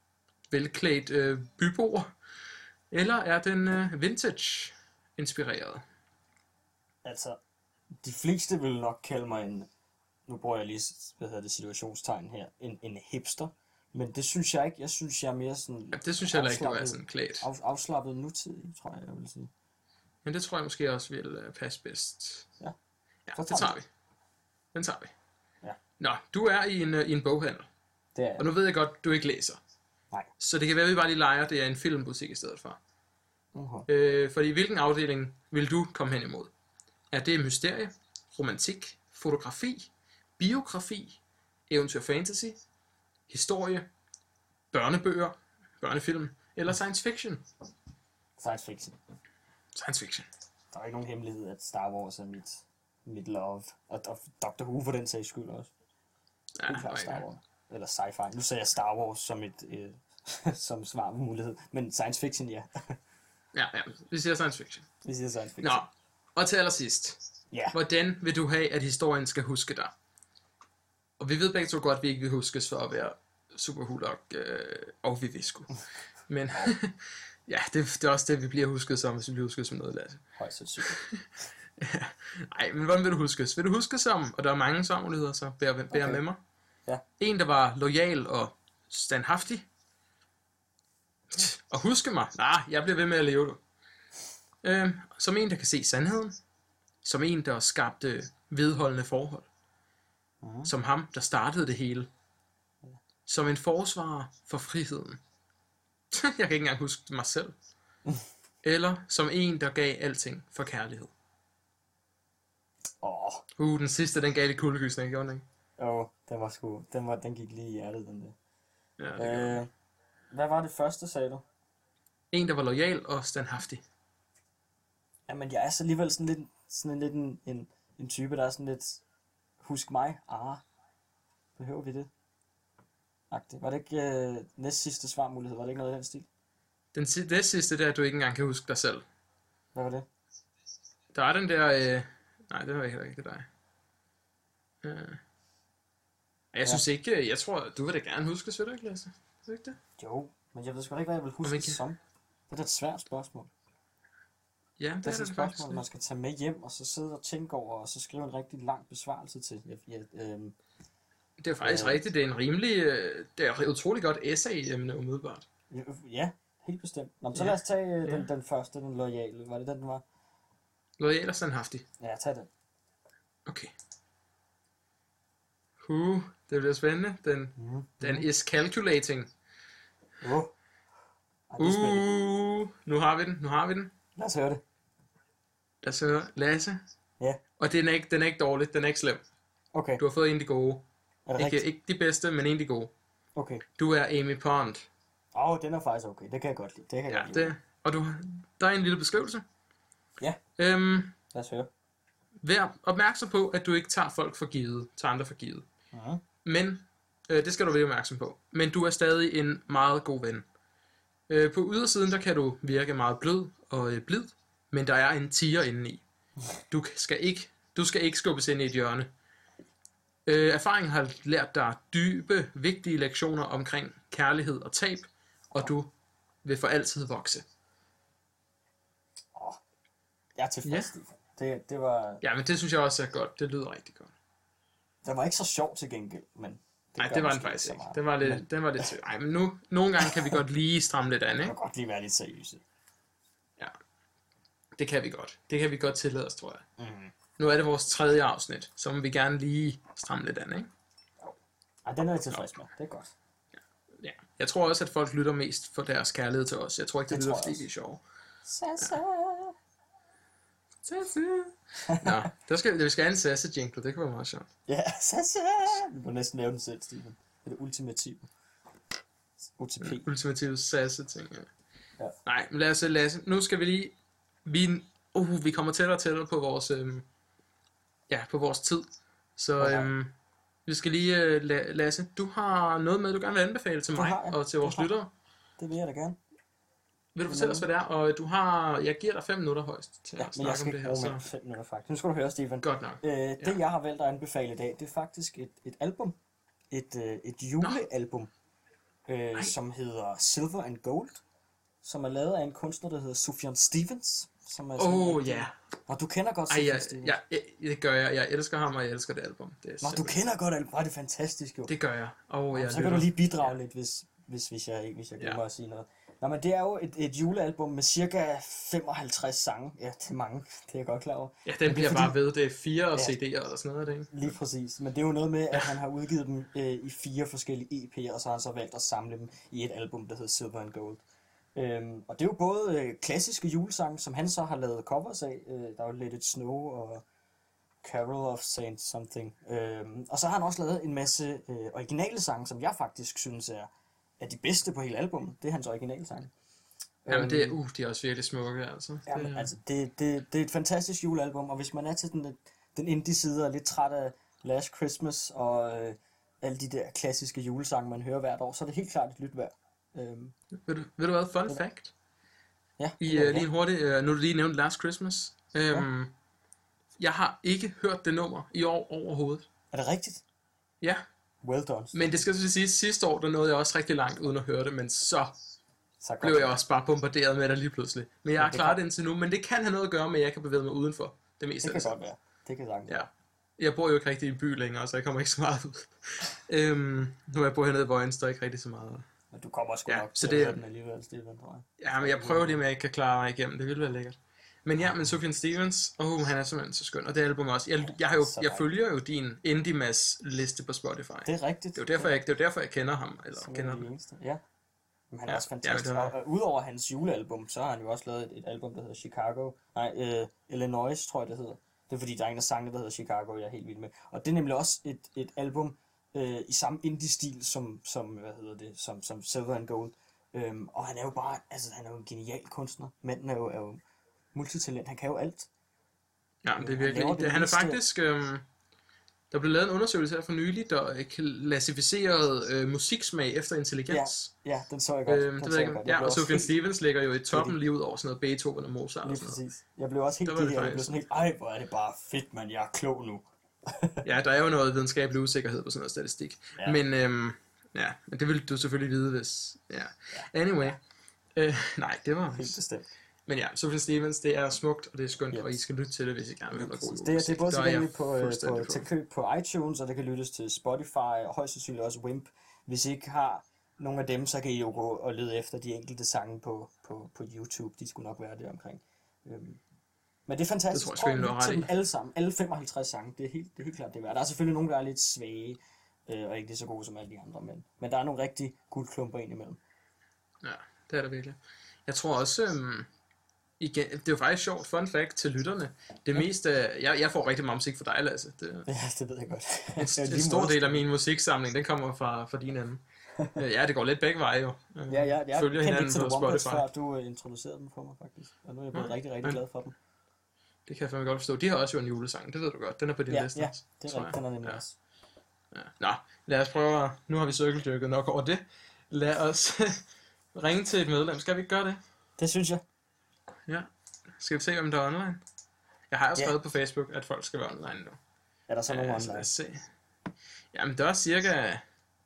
A: velklædt øh, byboer, eller er den øh, vintage-inspireret?
B: Altså, de fleste vil nok kalde mig en, nu bruger jeg lige, hvad hedder det, situationstegn her, en, en hipster. Men det synes jeg ikke. Jeg synes, jeg er mere sådan...
A: Ja, det synes jeg heller ikke, du er sådan klædt.
B: Af, afslappet nutidig, tror jeg, jeg vil sige.
A: Men det tror jeg måske også vil uh, passe bedst.
B: Ja.
A: Ja,
B: Så
A: det
B: tager
A: tager vi. Den tager vi.
B: Ja.
A: Nå, du er i en, uh, i en boghandel.
B: Det er
A: Og nu ved jeg godt, du ikke læser.
B: Nej.
A: Så det kan være, at vi bare lige leger, det er en filmbutik i stedet for.
B: Uh-huh.
A: Øh, fordi hvilken afdeling vil du komme hen imod? Er det mysterie, romantik, fotografi, biografi, eventyr fantasy, historie, børnebøger, børnefilm eller science fiction?
B: Science fiction.
A: Science fiction.
B: Der er ikke nogen hemmelighed, at Star Wars er mit, mit love. Og, og Doctor Who for den sags skyld også.
A: Ja,
B: Helt klart Star Wars. Eller sci-fi. Nu sagde jeg Star Wars som et øh, som svarmulighed. Men science fiction, ja.
A: ja, ja, vi siger science fiction.
B: Vi siger science fiction.
A: Nå, og til allersidst.
B: Ja.
A: Hvordan vil du have, at historien skal huske dig? Og vi ved begge to godt, at vi ikke vil huskes for at være super hulok øh, og vi visku. Men ja, det, det er også det, vi bliver husket som, hvis vi bliver husket som noget, Lasse.
B: Højst sandsynligt.
A: ja. Ej, men hvordan vil du huskes? Vil du huskes som, og der er mange svarmuligheder, så bær, bær okay. med mig.
B: Ja.
A: En, der var lojal og standhaftig. Og huske mig. Nej, jeg bliver ved med at leve det. Øh, som en, der kan se sandheden. Som en, der skabte vedholdende forhold.
B: Uh-huh.
A: Som ham, der startede det hele. Som en forsvarer for friheden. Jeg kan ikke engang huske mig selv. Eller som en, der gav alting for kærlighed.
B: Åh.
A: Uh, den sidste, den gav lidt kuldegysning, gjorde den ikke?
B: Åh, oh, den var sgu, den, var, den gik lige i hjertet, den der.
A: Ja, det gør
B: Øh, hvad var det første, sagde du?
A: En, der var lojal og standhaftig.
B: Jamen, jeg er så alligevel sådan lidt, sådan en, lidt en, en, en type, der er sådan lidt, husk mig, ah, behøver vi det? Agtigt. Var det ikke øh, næst sidste svarmulighed? Var det ikke noget i den stil?
A: Den si- det sidste, det er, at du ikke engang kan huske dig selv.
B: Hvad var det?
A: Der er den der... Øh... Nej, det var heller ikke dig. Øh... Jeg
B: Ja.
A: synes ikke... Jeg tror, du vil da gerne huske, vil du ikke, Lasse? Er det ikke det?
B: Jo, men jeg ved sgu da ikke, hvad jeg vil huske
A: Jamen,
B: det som. Det er da et svært spørgsmål.
A: Ja, det,
B: Det er
A: er
B: sådan
A: det
B: et
A: faktisk.
B: spørgsmål, man skal tage med hjem, og så sidde og tænke over, og så skrive en rigtig lang besvarelse til. Jeg, jeg, øhm,
A: Det er faktisk
B: Øh.
A: rigtigt. Det er en rimelig... Øh... Det er et utroligt godt essay-emne, umiddelbart.
B: ja, helt bestemt. Nå, men så
A: Ja.
B: lad os tage øh,
A: Ja.
B: den, den første, den loyale. Var det den, den var?
A: Lojal og standhaftig.
B: Ja, tag den.
A: Okay. Uh, det bliver spændende. Den,
B: Mm.
A: den is calculating.
B: Uh. Ej, det er spændende.
A: Uh, nu har vi den. Nu har vi den.
B: Lad os høre det.
A: Lad os høre. Lasse.
B: Ja.
A: Og den er, ikke, den er ikke dårlig. Den er ikke slem.
B: Okay,
A: Du har fået en af de gode.
B: er det
A: Ikke,
B: rigtigt?
A: ikke de bedste, men en af de gode.
B: Okay.
A: Du er Amy Pond.
B: Åh, oh, den er faktisk okay. Det kan jeg godt lide. Det kan jeg
A: Ja,
B: godt lide.
A: det. Og du, der er en lille beskrivelse.
B: Ja.
A: Øhm,
B: Lad os høre.
A: vær opmærksom på, at du ikke tager folk for givet. Tager andre for givet.
B: Uh-huh.
A: Men, øh, det skal du være opmærksom på. Men du er stadig en meget god ven. Øh, på ydersiden, der kan du virke meget blød og øh, blid. Men der er en tiger indeni. Du skal ikke, du skal ikke skubbes ind i et hjørne. Øh, erfaringen har lært dig dybe, vigtige lektioner omkring kærlighed og tab, og du vil for altid vokse.
B: Jeg er tilfreds,
A: Ja.
B: Stefan. Det, det var...
A: Ja, men det synes jeg også er godt. Det lyder rigtig godt.
B: Den var ikke så sjov til gengæld, men... Det
A: Nej,
B: gør
A: det var den
B: måske
A: faktisk
B: så
A: ikke.
B: meget.
A: Den var lidt,
B: Men
A: den var lidt sød. Ej, men nu, nogle gange kan vi godt lige stramme lidt an,
B: jeg
A: ikke?
B: kan godt lige være lidt seriøse.
A: Ja. Det kan vi godt. Det kan vi godt tillade os, tror jeg.
B: Mm.
A: Nu er det vores tredje afsnit, så må vi gerne lige stramme lidt an, ikke?
B: Ej, den er jeg tilfreds med. Det er godt.
A: Ja. Jeg tror også, at folk lytter mest for deres kærlighed til os. Jeg tror ikke, det,
B: Det
A: lytter,
B: tror jeg
A: fordi
B: også.
A: vi er sjove.
B: Sasa.
A: Nå, der skal, vi skal have en sasse jingle. Det kan være meget sjovt.
B: Ja, Sasa. Vi må næsten lave den selv, Stefan. Det er det ultimative. O T P.
A: Ultimative sasse ting, ja.
B: Ja.
A: Nej, men lad os, Lasse, nu skal vi lige... Vi, uh, vi kommer tættere og tættere på vores... Øhm, ja, på vores tid. Så
B: Okay.
A: øhm, vi skal lige... Øh, La- Lasse, du har noget med, du gerne vil anbefale til
B: Det
A: mig
B: har jeg.
A: og til vores
B: Det har jeg.
A: lyttere.
B: Det vil jeg da gerne.
A: Vil du fortælle os, hvad det er? Og du har... Jeg giver dig fem minutter højst til
B: Ja,
A: at
B: men jeg
A: snakke
B: skal
A: om det
B: ikke
A: her.
B: bruge mere
A: Så
B: end fem minutter faktisk. Nu skal du høre, Stefan.
A: godt nok.
B: Øh, det
A: Ja.
B: jeg har valgt at anbefale i dag, det er faktisk et, et album. Et, øh, et julealbum. øh, som hedder Silver and Gold, som er lavet af en kunstner, der hedder Sufjan Stevens. Som er
A: Åh,
B: sådan
A: oh,
B: rigtig-
A: ja.
B: Nå, du kender godt
A: Ej,
B: Sufjan
A: jeg,
B: Stevens.
A: jeg, jeg, det gør jeg. Jeg elsker ham, og jeg elsker det album. Det er
B: Nå, du
A: simpelthen-
B: kender godt album. Hvor er det fantastisk, jo.
A: Det gør jeg. Og jeg
B: Så kan du lige bidrage lidt, hvis, hvis, hvis jeg ikke hvis jeg glemmer
A: Ja.
B: at sige noget. Nå, men det er jo et, et julealbum med cirka femoghalvtreds sange. Ja, det er mange. Det er jeg godt klar over.
A: Ja, den
B: det er
A: bliver
B: fordi-
A: bare ved. Det er fire
B: Ja.
A: C D'er eller sådan noget, er det ikke?
B: Lige præcis. Men det er jo noget med, at han har udgivet dem øh, i fire forskellige E P'er, og så har han så valgt at samle dem i et album, der hedder Silver and Gold. Øhm, og det er jo både øh, klassiske julesange, som han så har lavet covers af. Øh, der er jo Let It Snow og Carol of Saint Something. Øhm, og så har han også lavet en masse øh, originale sange, som jeg faktisk synes er, er de bedste på hele albummet. Det er hans originale sange.
A: Jamen, det er, uh, de er også virkelig smukke, altså.
B: Ja,
A: Det
B: men,
A: er-
B: altså, det, det, det er et fantastisk julealbum, og hvis man er til den, den indie-side og er lidt træt af Last Christmas og øh, alle de der klassiske julesange, man hører hvert år, så er det helt klart et lyt værd. Øhm,
A: Ved du, ved du hvad? Fun fact.
B: ja,
A: I,
B: ja,
A: uh, lige en hurtig, uh, nu har du lige nævnt Last Christmas. Um, jeg har ikke hørt det nummer i år overhovedet.
B: Er det rigtigt?
A: Ja,
B: Well done.
A: men det skal så sige, sidste år, der nåede jeg også rigtig langt uden at høre det, men så
B: Så godt.
A: blev jeg også bare bombarderet med det lige pludselig. Men jeg har
B: det
A: klaret
B: kan-
A: det indtil nu, men det kan have noget at gøre med, at jeg kan bevæge mig udenfor det meste
B: Det
A: af
B: kan
A: det.
B: godt være. Det kan sagtens
A: Ja.
B: være.
A: Jeg bor jo ikke rigtig i en by længere, så jeg kommer ikke så meget ud. øhm, nu er jeg bor hernede i Vojens, der er ikke rigtig så meget.
B: Men du kommer sgu
A: Ja,
B: nok
A: så
B: til
A: det-
B: at høre den alligevel, Steven, tror jeg.
A: Ja, men jeg prøver lige, om jeg ikke kan klare mig igennem. Det ville være lækkert. Men ja, men Sufjan Stevens, oh, han er simpelthen så skøn. Og det album også. Jeg, jeg, har jo,
B: Så
A: jeg
B: dejligt.
A: følger jo din Indie-Mass liste på Spotify.
B: Det er rigtigt.
A: Det er jo derfor, jeg, det er jo derfor, jeg kender ham. Eller
B: Som
A: kender
B: en af de
A: ham.
B: eneste. Ja. Men han er
A: Ja,
B: også
A: ja,
B: fantastisk.
A: det var-
B: Og, og udover hans julealbum, så har han jo også lavet et, et album, der hedder Chicago. Nej, øh, Illinois, tror jeg, det hedder. Det er fordi, der er en af sangene, der hedder Chicago, jeg er helt vild med. Og det er nemlig også et, et album øh, i samme indie-stil som, som, hvad hedder det, som, som Silver and Gold. Øhm, og han er jo bare, altså han er jo en genial kunstner. Manden er jo, er jo multitalent, han kan jo alt.
A: Ja, men det er
B: Han
A: virkelig.
B: laver det
A: Det, han er
B: meste.
A: faktisk... Øhm, der blev lavet en undersøgelse her for nylig, der øh, klassificerede øh, musiksmag efter intelligens.
B: Ja, den så jeg godt.
A: Øhm,
B: den
A: det
B: så
A: ved jeg
B: jeg
A: ikke.
B: godt. Jeg
A: Ja,
B: blev
A: og
B: også
A: Sufjan
B: helt-
A: Stevens ligger jo i toppen
B: Rigtig.
A: lige ud over sådan noget Beethoven og Mozart og
B: Lige
A: sådan noget.
B: præcis. Jeg blev også helt
A: Der var det
B: giddet, jeg blev
A: faktisk-
B: sådan helt, ej, hvor er det bare fedt, man, jeg er klog nu.
A: Ja, der er jo noget videnskabelig usikkerhed på sådan noget statistik.
B: Ja.
A: Ja. Men, øhm, ja, men det vil du selvfølgelig vide, hvis... Ja. Anyway. Øh, nej, det var...
B: Helt bestemt.
A: Men ja, Sufjan Stevens, det er smukt, og det er skønt,
B: Yes.
A: og I skal lytte til det, hvis I gerne vil have noget god
B: Det, er- det er både
A: Der er jeg
B: tilgængeligt på, øh,
A: fuldstændig
B: på, til køb på iTunes, og det kan lyttes til Spotify, og højst sandsynligt også Wimp. Hvis I ikke har nogle af dem, så kan I jo gå og lede efter de enkelte sange på, på, på YouTube. De skulle nok være der omkring. Øhm. Men det er fantastisk.
A: Det tror jeg
B: Prøv
A: sgu,
B: at
A: du har
B: lytte til
A: ret i.
B: dem alle sammen. Alle femoghalvtreds sange. Det er helt, det er helt klart det er værd. Der er selvfølgelig nogle, der er lidt svage, øh, og ikke lige så gode som alle de andre, men, men der er nogle rigtig guldklumper ind imellem.
A: Ja, det er det virkelig. Jeg tror også, øhm, igen, det er jo faktisk sjovt, fun fact til lytterne. Det meste, jeg, jeg får rigtig meget musik fra dig, Lasse. Det,
B: Ja, det ved jeg godt.
A: en, en stor del af min musiksamling, den kommer fra, fra din ende. Øh, Ja, det går lidt begge veje jo. Øh,
B: Ja, ja, jeg
A: Følger
B: kendte
A: hinanden
B: ikke til
A: på
B: The Wombats,
A: Spotify.
B: før du uh, introducerede dem for mig, faktisk. Og nu er jeg blevet
A: Ja,
B: rigtig, rigtig
A: men-
B: glad for dem.
A: Det kan jeg fandme godt forstå. De har også jo en julesang, det ved du godt. Den er på din
B: Ja,
A: liste.
B: ja,
A: også,
B: det er
A: tror
B: rigtigt, den
A: jeg.
B: er nemlig
A: Ja.
B: også.
A: Ja. Nå, lad os prøve at... Nu har vi cirkeldyrket nok over det. Lad os ringe til et medlem. Skal vi ikke gøre det?
B: Det synes jeg.
A: Ja. Skal vi se, om der er online? Jeg har jo
B: Ja.
A: skrevet på Facebook, at folk skal være online nu.
B: Er der så nogen
A: Ja, så lad
B: online?
A: os se. Jamen, der er cirka...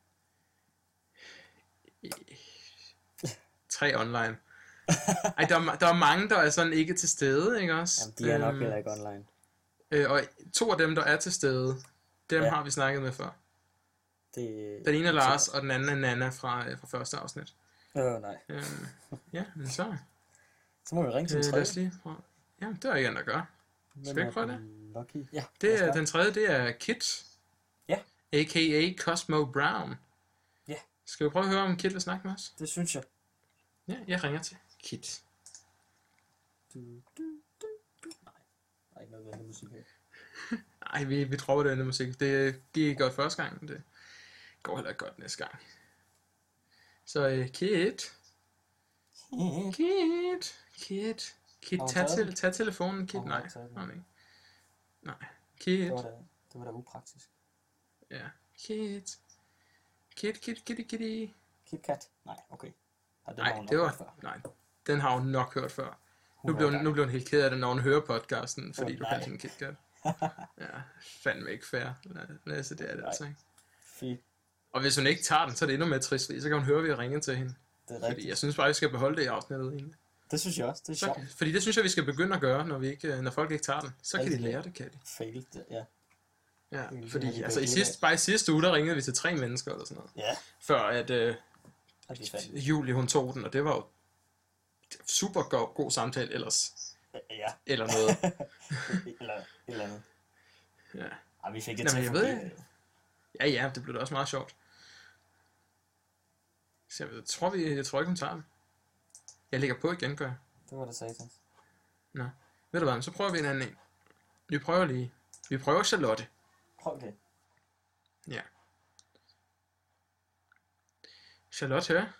A: Tre online. Ej, der er, der er mange, der er sådan ikke til stede, ikke også?
B: Jamen, de er nok
A: Øhm,
B: heller ikke online.
A: øh, og to af dem, der er til stede, dem
B: Ja.
A: ja. har vi snakket med før.
B: Det...
A: Den ene er Lars, og den anden er Nana fra, øh, fra første afsnit.
B: Åh, oh, nej.
A: Øhm, ja, men så...
B: Så må vi ringe til
A: Øh,
B: den
A: lad os
B: tredje.
A: lige prøve. Ja, det er ikke der gør.
B: Hvem
A: skal vi
B: er
A: ikke prøve
B: den Lucky. Ja,
A: Det
B: lad os
A: er,
B: gøre.
A: den tredje, det er Kit.
B: Ja.
A: A K A Cosmo Brown.
B: Ja.
A: Skal vi prøve at høre, om Kit vil snakke med os?
B: Det synes jeg.
A: Ja, jeg ringer til Kit.
B: Du, du, du, du. Nej, der er ikke noget venlig musik her.
A: Ej, vi, vi tror, det er musik. Det gik ikke godt første gang, men det går heller ikke godt næste gang. Så uh, Kit. Kit. Kit. Kit,
B: Har hun
A: tag,
B: taget
A: til,
B: den?
A: tag telefonen, Kit.
B: Har hun
A: Nej,
B: ikke taget den?
A: har hun ikke. Nej. Kit.
B: Det var da, det var da upraktisk.
A: Ja. Kit. Kit, Kit, Kitty, Kitty.
B: KitKat? Nej, okay. Ja, den har
A: Nej,
B: hun
A: det
B: nok hørt
A: var...
B: før.
A: Nej, den har hun nok hørt før.
B: Hun
A: Nu blev,
B: hører
A: hun, nu blev hun helt ked af det, når hun hører podcasten, fordi
B: Åh,
A: du
B: nej.
A: kaldte hende KitKat. Ja, fandme ikke fair. Lasse, det er det
B: Nej.
A: altså ikke.
B: Fy.
A: Og hvis hun ikke tager den, så er det endnu mere trist, fordi så kan hun høre, at vi har ringet til hende.
B: Det er
A: Fordi
B: rigtigt.
A: jeg synes bare, vi skal beholde det i afsnittet egentlig.
B: Det synes jeg også, det er
A: Så,
B: sjovt.
A: fordi det synes jeg, vi skal begynde at gøre, når, vi ikke, når folk ikke tager den. Så kan de
B: Altid.
A: lære det, kan de.
B: Failed, det, ja.
A: Ja,
B: Det er lige
A: fordi altså, i
B: blevet
A: sidste, bare i sidste uge, der ringede vi til tre mennesker eller sådan noget.
B: Ja,
A: Før at øh,
B: og det er fandme.
A: Julie, hun tog den, og det var jo super god, god samtale ellers.
B: Ja,
A: Eller noget.
B: eller et eller andet.
A: Ja,
B: Ej, vi fik det
A: Nå,
B: til
A: men
B: at
A: jeg ved
B: fungere.
A: ja, ja det blev da også meget sjovt. Så jeg, tror, vi, jeg tror ikke, hun tager den. Jeg lægger på igen, gør jeg.
B: Det var det satans.
A: Nå, ved du hvad, så prøver vi en anden en. Vi prøver lige. Vi prøver Charlotte.
B: Prøv det.
A: Ja. Charlotte her.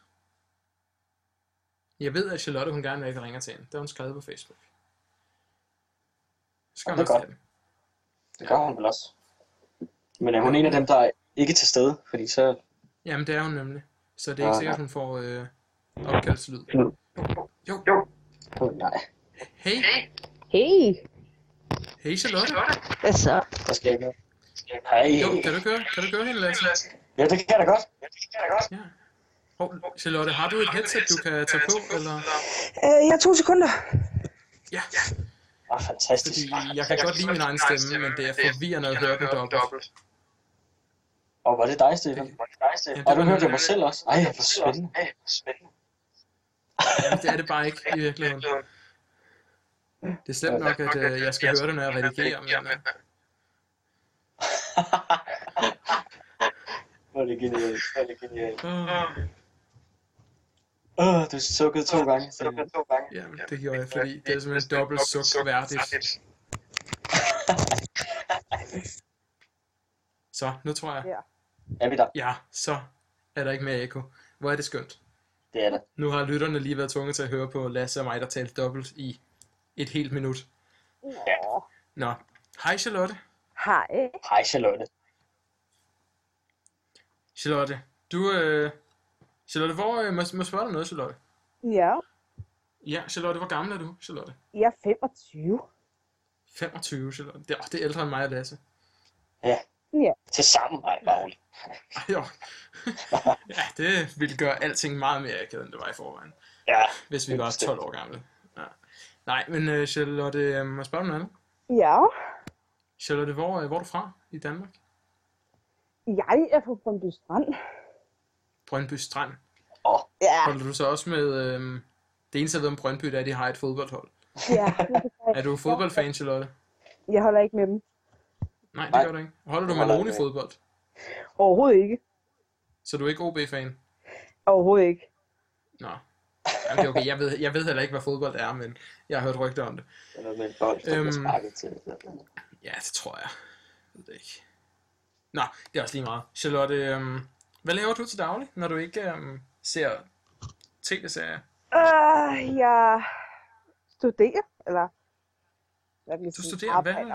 A: Jeg ved, at Charlotte, hun gerne vil, at jeg ringer til hende. Det har hun skrevet på Facebook. Så skal
E: Ja,
A: hun
E: det er
A: også
E: godt.
A: have den.
E: Det gør hun vel også. Men er hun en af dem, der er ikke til stede? Fordi så...
A: Jamen, det er hun nemlig. Så det er ikke
E: Ah,
A: sikkert,
E: nej.
A: hun får øh, opkaldslyd. Jo.
E: Jo. Oh, nej.
A: Hey.
F: Hey,
A: Hey, Charlotte.
F: hvad så?
E: Der skal ikke noget. Hej.
A: Jo, kan du gøre, kan du gøre hende, Lasse?
E: Ja, det kan jeg da godt. Ja, det kan jeg da godt.
A: Ja. Hov, Charlotte, har du et headset, du kan tage på, eller?
F: Øh, jeg har to sekunder.
A: Ja,
E: Ah, fantastisk.
A: fordi jeg kan godt lide min egen stemme, men det er forvirrende at høre den dobbelt.
E: Og var det dig, Stefan?
A: Ja, det
E: Og du
A: var
E: hørte jeg
A: mig.
E: mig selv også? Ej, hvor spændende.
A: Jamen, det er det bare ikke i virkeligheden. Det er slemt nok, at øh, jeg skal høre det, når jeg redigerer, men øh,
E: Hvor er det genialt. Hvor er det genialt.
A: åh,
E: Åh, du sukkede to gange.
A: ja, det gjorde jeg, fordi det er simpelthen dobbelt suk værdigt. Så, nu tror jeg,
F: Ja.
E: Er vi der?
A: ja, så er der ikke mere ekko. Hvor er det skønt.
E: Det er det.
A: Nu har lytterne lige været tvunget til at høre på Lasse og mig, der talte dobbelt i et helt minut.
F: Nå.
A: Nå, hej Charlotte.
F: Hej.
E: Hej, Charlotte.
A: Charlotte, du, øh... Charlotte, hvor, øh, må, må jeg spørge dig noget, Charlotte?
F: Ja,
A: Ja, Charlotte, hvor gammel er du, Charlotte?
F: jeg er femogtyve.
A: femogtyve, Charlotte. Det, åh, det er ældre end mig og Lasse.
E: Ja.
F: Ja.
E: Til sammen, ej, Magle.
A: Ej, jo. Ja, det ville gøre alting meget mere akavet, end det var i forvejen.
E: Ja.
A: Hvis vi var tolv år gamle. Ja. Nej, men øh, Charlotte, øh, må jeg spørge dig noget andet?
F: Ja,
A: Charlotte, hvor, øh, hvor er du fra i Danmark?
F: jeg er fra Brøndby Strand.
A: Brøndby Strand.
F: Ja,
A: Holder du så også med... Øh, det eneste, jeg ved om Brøndby, det er, at de har et fodboldhold.
F: ja.
A: Er du fodboldfan, Charlotte?
F: Jeg holder ikke med dem.
A: Nej, det
E: Nej.
A: gør du ikke. Holder du
E: Jeg
A: med
E: holder
A: nogen i
E: ikke.
A: fodbold?
F: Overhovedet ikke.
A: Så du er ikke O B-fan?
F: Overhovedet ikke.
A: Nå. Jamen, det er okay. Jeg ved, jeg ved heller ikke, hvad fodbold er, men jeg har hørt rygter om det.
E: Det er noget med en bold, der
A: Øhm.
E: bliver sparket til.
A: Ja, det tror jeg. Jeg ved det ikke. Nå, det er også lige meget. Charlotte, øhm, hvad laver du til daglig, når du ikke øhm, ser tv-serier?
F: Uh, jeg studerer, eller... Hvad kan jeg
A: Du
F: sige?
A: studerer, hvad?
F: Arbejder.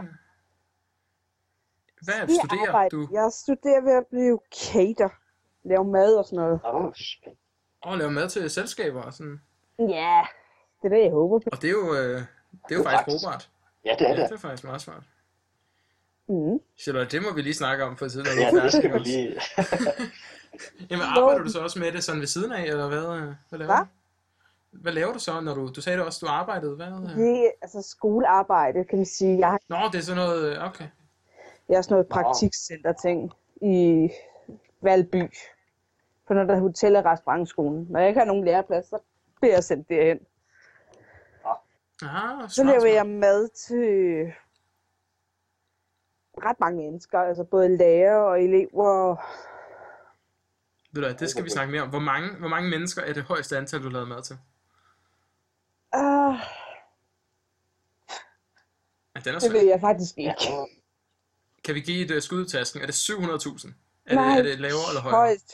A: Hvad
F: Jeg
A: studerer
F: arbejder.
A: du?
F: Jeg studerer ved at blive cater. Lave mad og sådan noget.
E: Åh, spændende.
A: Åh, oh, laver mad til selskaber og sådan.
F: Ja, det er det, jeg håber på.
A: Og det er jo, øh, det er jo
E: er
A: faktisk
E: praktisk.
A: brugbart.
E: Ja, det er
A: Ja,
E: det.
A: det er faktisk meget smart.
F: Mm.
A: Charlotte, det må vi lige snakke om på et tidligere.
E: Ja, det skal vi lige...
A: Jamen, arbejder du så også med det sådan ved siden af, eller hvad, øh, hvad laver
F: Hvad?
A: du? Hvad laver du så, når du... Du sagde det også, du arbejdede, hvad? øh?
F: Det er altså skolearbejde, kan man sige. Jeg har,
A: Nå, det er sådan noget... øh, Okay.
F: jeg har sådan noget praktikcenter-ting i Valby. På noget, der hedder Hotel- og Restaurantskolen. Når jeg ikke har nogen læreplads, så bliver jeg sendt derhen.
A: Aha,
F: Så
A: smart,
F: laver
A: smart.
F: jeg mad til ret mange mennesker. Altså både lærere og elever.
A: Ved du hvad, det skal vi snakke mere om. Hvor mange, hvor mange mennesker er det højeste antal, du lavede mad til?
F: Uh,
A: Ja, den er
F: det
A: svær.
F: ved jeg faktisk
E: Ja,
F: ikke.
A: Kan vi give et uh, skud i tasken? Er det syv hundrede tusind? Er,
F: Nej,
A: det, er det lavere eller højere?
F: Højst.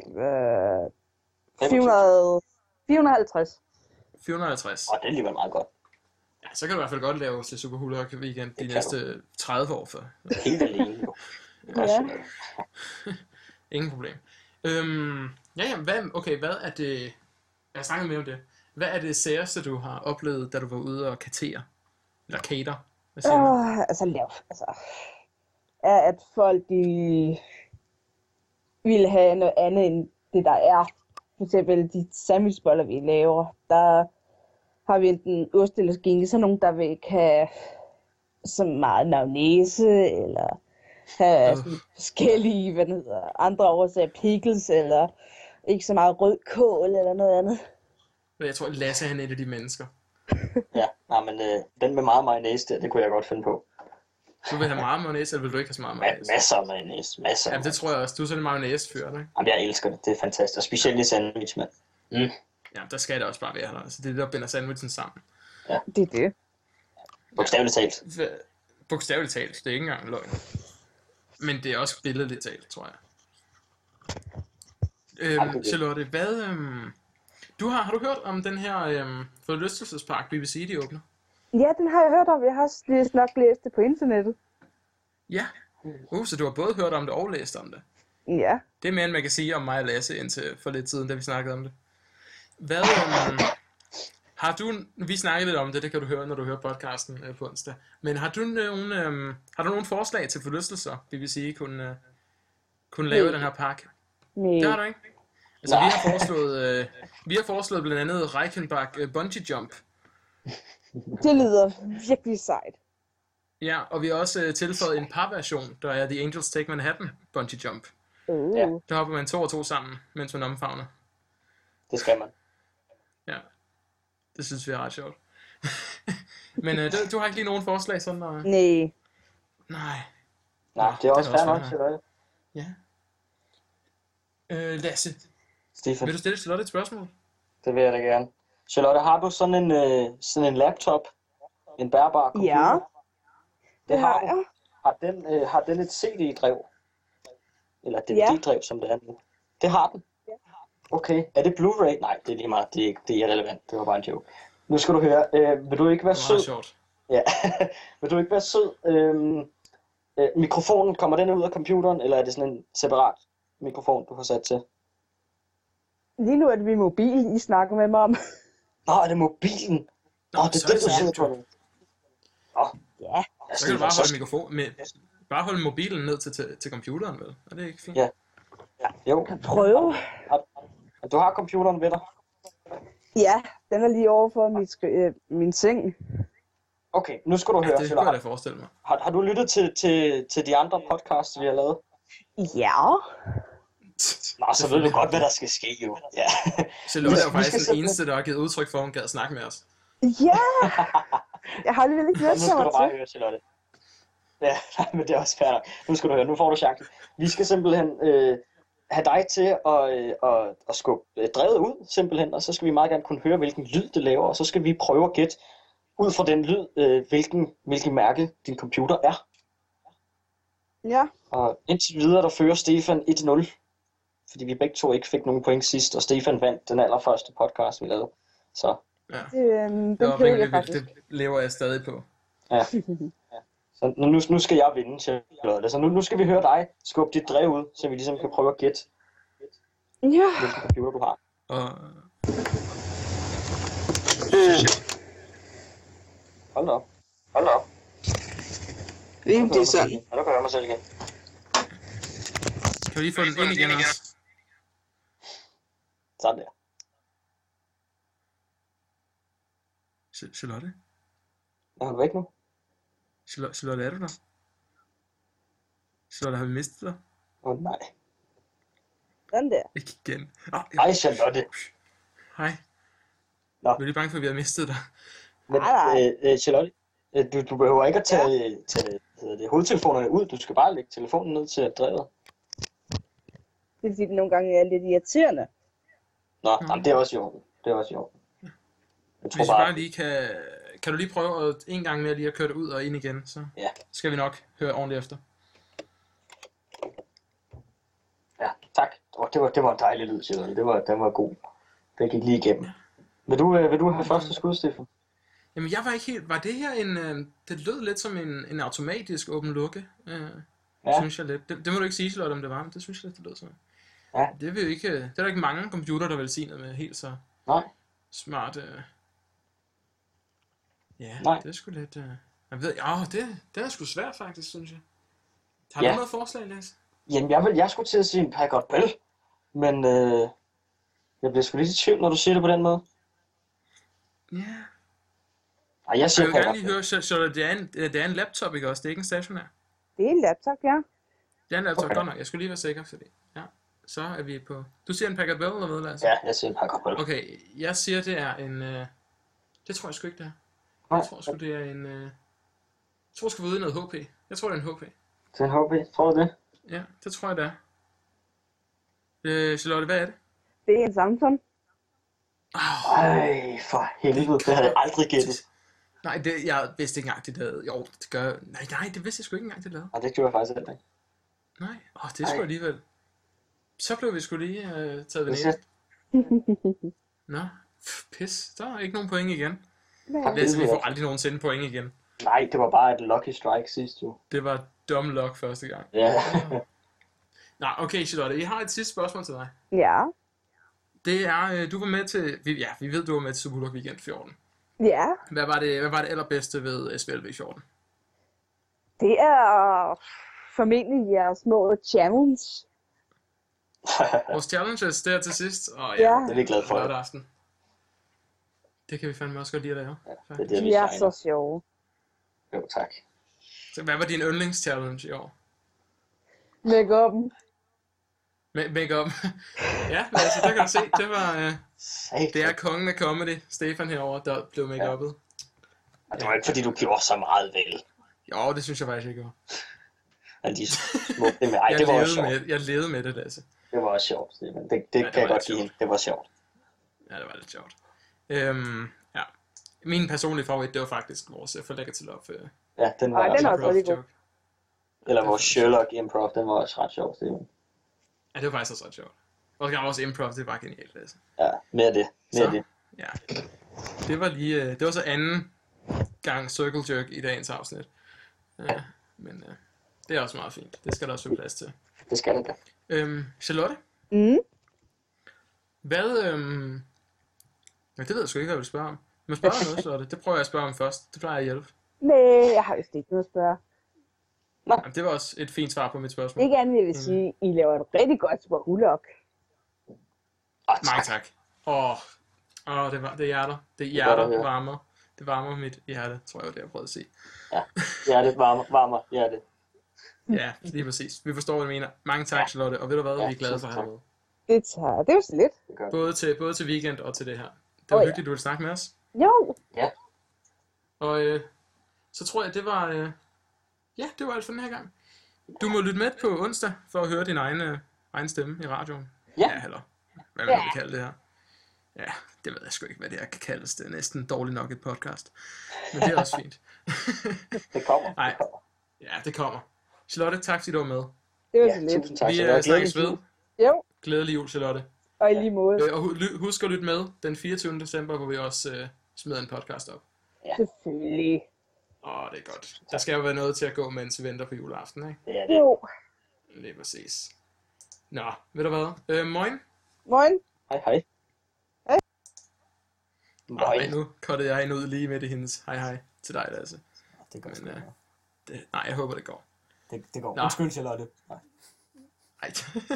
F: Øh, fire hundrede, fire hundrede og halvtreds.
A: fire hundrede og halvtreds.
E: og det er alligevel meget godt.
A: Ja, så kan du i hvert fald godt lave til Super Hulk Weekend de
E: kan
A: næste tredive år før.
E: Helt alene, jo.
F: Ja.
A: Ingen problem. Øhm, ja, ja, hvad, okay, hvad er det... Jeg har snakket mere om det. Hvad er det særeste, du har oplevet, da du var ude og katere? Eller cater? Hvad siger man?
F: Uh, altså lav. Altså, er at folk de ville have noget andet end det, der er. For eksempel de sandwichboller, vi laver. Der har vi enten ost eller skinke, så nogen, der vil ikke have så meget mayonnaise, eller have
A: Øh.
F: sådan forskellige, hvad det hedder, andre årsager, pickles, eller ikke så meget rødkål, eller noget andet.
A: Men jeg tror, Lasse han er et af de mennesker.
E: Ja, nej, men øh, den med meget mayonnaise der, det kunne jeg godt finde på.
A: Du vil have meget mayonnaise, eller vil du ikke have så meget
E: Ma-
A: mayonnaise?
E: masser af mayonnaise, masser af
A: Jamen, det
E: mayonnaise.
A: tror jeg også. Du er sådan en mayonnaise-fyr, ikke?
E: Jamen, jeg elsker det, det er fantastisk. Og specielt i sandwich, mand. Mm.
A: Ja, der skal det også bare være der. Altså, det er det, der binder sandwichen sammen.
F: Det er det.
E: Bogstaveligt talt.
A: Hva- Bogstaveligt talt, det er ikke engang løgn. Men det er også billedligt talt, tror jeg.
E: Ej,
A: Øhm,
E: det er det.
A: Charlotte, hvad... Øhm, du har, har du hørt om den her øhm, forlystelsespark, B B C, de åbner?
F: Ja, den har jeg hørt om. Jeg har også lige nok læst det på internettet.
A: Ja. Uh, så du har både hørt om det og læst om det.
F: Ja.
A: Det er mere, end man kan sige om mig og Lasse indtil for lidt siden, da vi snakkede om det. Hvad, øhm, har du, vi snakkede lidt om det, det kan du høre, når du hører podcasten øh, på onsdag. Men har du nogen, øhm, har du nogen forslag til forlystelser, B B C kunne, øh, kunne lave i den her park?
F: Nej.
A: Det har du ikke? Altså, vi har foreslået, øh, vi har foreslået blandt andet Reichenbach øh, Bungee Jump.
F: Det lyder virkelig sejt.
A: Ja, og vi har også øh, tilføjet en par-version, der er The Angels Take Manhattan Bungee Jump.
F: Uh.
E: Ja.
A: Der hopper man to og to sammen, mens man omfavner.
E: Det skal man.
A: Ja, det synes vi er ret sjovt. Men øh, du, du har ikke lige nogen forslag sådan, og...
F: Nej.
A: Nej.
E: Nej, det er også
A: det er
E: fair
A: også
E: nok,
A: fair.
E: Charlotte.
A: Ja. Øh, Lasse,
E: Stefan,
A: vil du stille Charlotte et spørgsmål?
E: det vil jeg da gerne. Charlotte, har du sådan en, øh, sådan en laptop? En bærbar computer?
F: Ja,
E: det,
F: det har jeg.
E: Har den, øh, har den et C D-drev? Eller D V
F: Ja.
E: D-drev, som det er nu? Det har den? Okay. Er det Blu-ray? Nej, det er lige meget. Det er ikke det er irrelevant. Det var bare en joke. Nu skal du høre. Øh, vil du ikke være
A: Det var meget
E: sød?
A: sjovt.
E: Ja. Vil du ikke være sød? Øhm, øh, mikrofonen, kommer den ud af computeren, eller er det sådan en separat mikrofon, du har sat til?
F: Lige nu er det min mobil, I snakker med mig om.
E: Nå, er det mobilen? Nå, det
A: så
E: er
A: er
E: det, du
A: det
E: sidder
A: YouTube.
E: på nu.
F: Ja.
A: Så kan du bare holde mikrofon med, bare holde mobilen ned til, til, til computeren, vel? Er det ikke fint?
E: Ja. Jo,
F: Prøve.
E: du har computeren ved dig.
F: Ja, den er lige over for mit, skri- øh, min seng.
E: Okay, nu skal du
A: Ja,
E: høre,
A: det
E: Charlotte.
A: kunne jeg da forestille mig.
E: Har, har du lyttet til, til, til de andre podcasts, vi har lavet?
F: Ja.
E: Nå, så ved du godt, hvad der skal ske, jo. Ja.
A: Charlotte er jo
E: Vi
A: faktisk
E: skal
A: den
E: simpelthen-
A: eneste, der har givet udtryk for, at hun gad snakke med os.
F: Ja! Jeg har alligevel ikke
E: Nu
F: noget
E: skal
F: mig
E: du bare
F: til.
E: høre, Charlotte. Ja, nej, men det er også fair nok. Nu skal du høre, nu får du chancen. Vi skal simpelthen øh, have dig til at, øh, at, at skubbe øh, drevet ud, simpelthen, og så skal vi meget gerne kunne høre, hvilken lyd det laver, og så skal vi prøve at gætte ud fra den lyd, øh, hvilken, hvilken mærke din computer er.
F: Ja.
E: Og indtil videre, der fører Stefan et nul, fordi vi begge to ikke fik nogen point sidst, og Stefan vandt den allerførste podcast, vi lavede. Så
A: Ja,
F: Det, øhm, den
A: det var
F: køber jeg
A: rimelig vildt.
F: faktisk.
A: Det lever jeg stadig på.
E: ja. Så nu, nu skal jeg vinde, Charlotte. Så nu, nu skal vi høre dig skubbe dit drev ud, så vi ligesom kan prøve at gætte,
F: Ja.
E: hvilken computer du har.
A: Og
E: Hold da op. Hold da op.
F: Det er sådan.
E: Ja, nu kan jeg høre mig selv igen.
A: kan vi lige få den ind igen også?
E: Sådan der.
A: Ch- Charlotte?
E: Er han væk nu?
A: Charlotte, Charlotte, er du der? Charlotte, har vi mistet dig?
E: Åh oh, nej.
F: Sådan der.
A: Ikke igen. Ah, ja.
E: Ej, Charlotte.
A: Hej.
E: Nå.
A: Jeg er lige bange for, at vi har mistet dig.
E: Men,
F: Nej, nej.
E: øh, øh, Charlotte, øh, du, du behøver ikke at tage, ja. tage hvad hedder det, hovedtelefonerne ud. Du skal bare lægge telefonen ned til drevet.
F: Det vil sige, at det nogle gange er lidt irriterende.
E: Nå,
A: Mm.
E: jamen, det er også i orden. Det er også i orden. Jeg tror
A: Hvis vi
E: bare,
A: bare lige kan... Kan du lige prøve at, en gang mere lige at køre det ud og ind igen, så
E: Ja.
A: skal vi nok høre ordentligt efter.
E: Ja, tak. Oh, det, var, det var en dejlig lyd, Charlotte. Det var, den var god. Det gik lige igennem. Vil du, øh, vil du have første skud, Stefan?
A: Jamen, jeg var ikke helt... Var det her en... Øh, det lød lidt som en, en automatisk åben-lukke, øh,
E: Ja.
A: synes jeg lidt. Det, det må du ikke sige, Charlotte, om det var, men det synes jeg lidt, det lød som.
E: Ja.
A: Det, vil jo ikke, det er der ikke mange computer, der vil sige noget med helt så
E: Nej.
A: smart... Øh. Ja,
E: Nej.
A: det er sgu lidt... Øh. Jeg ved, åh, det, det er sgu svært faktisk, synes jeg. Har
E: Ja.
A: du noget forslag, Lasse?
E: Jamen, jeg, vil, jeg skulle til at sige en Packard Bell, men øh, jeg bliver sgu lidt i tvivl, når du siger det på den måde.
A: Ja.
E: Ej, jeg
A: Jeg
E: siger
A: vil gerne
E: Packard
A: lige
E: Bell.
A: høre, så, så det, er en, det er en laptop, ikke også? Det er ikke en stationær.
F: Det er en laptop, ja.
A: Det er en laptop,
E: Okay.
A: godt nok. Jeg skulle lige være sikker, fordi... Ja, så er vi på... Du siger en Packard Bell, eller hvad, Lasse?
E: Ja, jeg siger en Packard Bell.
A: Okay, jeg siger, det er en... Øh... Det tror jeg sgu ikke, det er.
E: Nej,
A: Jeg tror sgu, det er en... Øh... Jeg tror sgu, vi er ude i noget H P. Jeg tror, det er en H P.
E: det er en H P. Tror du det?
A: Ja, det tror jeg, det er. Øh, Charlotte, hvad er det?
F: Det er en Samsung.
E: Ej, for helvede. Det havde jeg aldrig gættet.
A: Nej, det, jeg vidste ikke engang, det lavede. Jo, det gør... Nej, nej, det vidste jeg sgu ikke engang, det lavede.
E: Og det gjorde jeg faktisk heller ikke.
A: Nej, åh, det er sgu
E: Ej.
A: alligevel. Så blev vi sgu lige øh, taget ved
E: Det
A: næsen.
E: siger-
A: Nå, pff, pis. Der er ikke nogen point igen.
F: Nej.
A: Lasse, vi får aldrig nogensinde point igen.
E: Nej, det var bare et lucky strike sidst jo.
A: Det var dumb luck første gang.
E: Ja.
A: Nå, okay, Charlotte, jeg har et sidste spørgsmål til dig.
F: Ja.
A: Det er, øh, du var med til, vi, ja, vi ved, du var med til Superbowl Weekend fjorten.
F: Ja.
A: Hvad var det, hvad var det allerbedste ved S V L V fjorten?
F: Det er formentlig jeres små challenge.
A: Vores challenges der til sidst, og
F: Ja.
E: Det er vi glade for.
A: lørdag aften. Det kan vi fandme også godt lide at lave.
E: Det er
A: faktisk.
E: det, vi
F: De er
E: shiner.
F: så sjove.
E: Jo, tak.
A: Så hvad var din yndlingschallenge i år?
F: Make up.
A: Make, make up. Ja, men altså, der kan du se, det var, øh,
E: Satan.
A: det er kongen af comedy, Stefan herover der blev make uppet.
E: Og det var ikke fordi, du gjorde så meget vel.
A: Jo, det synes jeg faktisk ikke var.
E: At de smugte det med. Ej,
A: Jeg
E: det var også
A: levede
E: sjovt.
A: med, jeg levede med det, Lasse.
E: Det var også sjovt, Stefan. Det, det
A: det
E: kan jeg
A: var
E: godt
A: lidt
E: give hende. Det var sjovt.
A: Ja, det var lidt sjovt. Øhm, ja. Min personlige favorit, det var faktisk vores uh, For Lækker til Love. Uh,
E: Ja, den var
F: Ej, den er også
A: improv
F: rigtig god.
A: joke.
E: Eller vores Sherlock improv, den var også ret sjov, Stefan.
A: Ja, det var faktisk også ret sjovt. Vores gang også improv, det var genialt, Lasse.
E: Ja, mere det. Mere
A: Så,
E: det.
A: ja. Det var lige, uh, det var så anden gang Circle Jerk i dagens afsnit. Uh, men uh, det er også meget fint. Det skal der også være plads til.
E: Det skal det da.
A: Øhm, Charlotte,
F: Mm.
A: hvad, øhm... Ja, det ved jeg sgu ikke, hvad jeg vil spørge om. Men spørg om noget, Charlotte. Det prøver jeg at spørge om først. Det plejer jeg at hjælpe.
F: Nej, jeg har vist ikke noget at spørge.
A: Jamen, det var også et fint svar på mit spørgsmål.
F: Ikke andet, jeg vil sige, I laver et rigtig godt spor hulok.
E: Åh,
A: Mange
E: tak.
A: tak. Åh, åh det, var, det er hjerter. Det er
E: er
A: hjerter,
E: godt at høre.
A: varmer. Det varmer mit hjerte, tror jeg var det, jeg prøvede at sige.
E: Hjertet varmer, varmer hjertet.
A: Ja, lige præcis. Vi forstår, hvad du mener. Mange tak, Charlotte. Og ved du hvad,
E: Ja,
A: vi er glade for
E: tusind
A: at
E: tak.
A: have med.
F: Det tager, det er jo så lidt.
E: Det gør det.
A: Både til, både til weekend og til det her. Det var
F: Åh, ja.
A: hyggeligt, du ville snakke med os.
F: Jo,
A: Og øh, så tror jeg, det var... Øh, ja, det var alt for den her gang. Du må lytte med på onsdag for at høre din egen, øh, egen stemme i radioen.
E: Ja.
A: Ja, eller hvad man
F: Ja.
A: vil kalde det her. Ja, det ved jeg sgu ikke, hvad det her kan kaldes. Det er næsten dårligt nok et podcast. Men det er også fint.
E: Det kommer.
A: Nej.
E: Det kommer.
A: Ja, det kommer. Charlotte, tak fordi du var med.
F: det var
E: Ja,
F: så lidt.
E: tusind tak.
A: Vi
E: så
A: øh,
E: meget.
A: snakkes
E: Glædelig
A: ved.
F: Jo,
A: Glædelig jul, Charlotte.
F: og i lige måde.
A: Øh, og hu- ly- husk at lytte med den fireogtyvende december, hvor vi også øh, smider en podcast op.
F: Selvfølgelig.
A: Åh, det er godt. Der skal jo være noget til at gå, mens vi venter på juleaften, ikke?
E: Det er det.
F: Jo.
A: Lige præcis. Nå, ved du hvad? Øh, moin.
F: Morgen.
E: Hej, hej.
F: Hej.
E: Nej,
A: Ej, nu cuttede jeg hende ud lige midt i hendes hej hej til dig, Lasse.
B: Det går
A: Men,
B: sgu
A: øh,
B: ikke.
A: Det, nej, jeg håber, det går.
B: Det, det går.
A: Nå.
B: Undskyld, Charlotte. Nej.
A: Ej.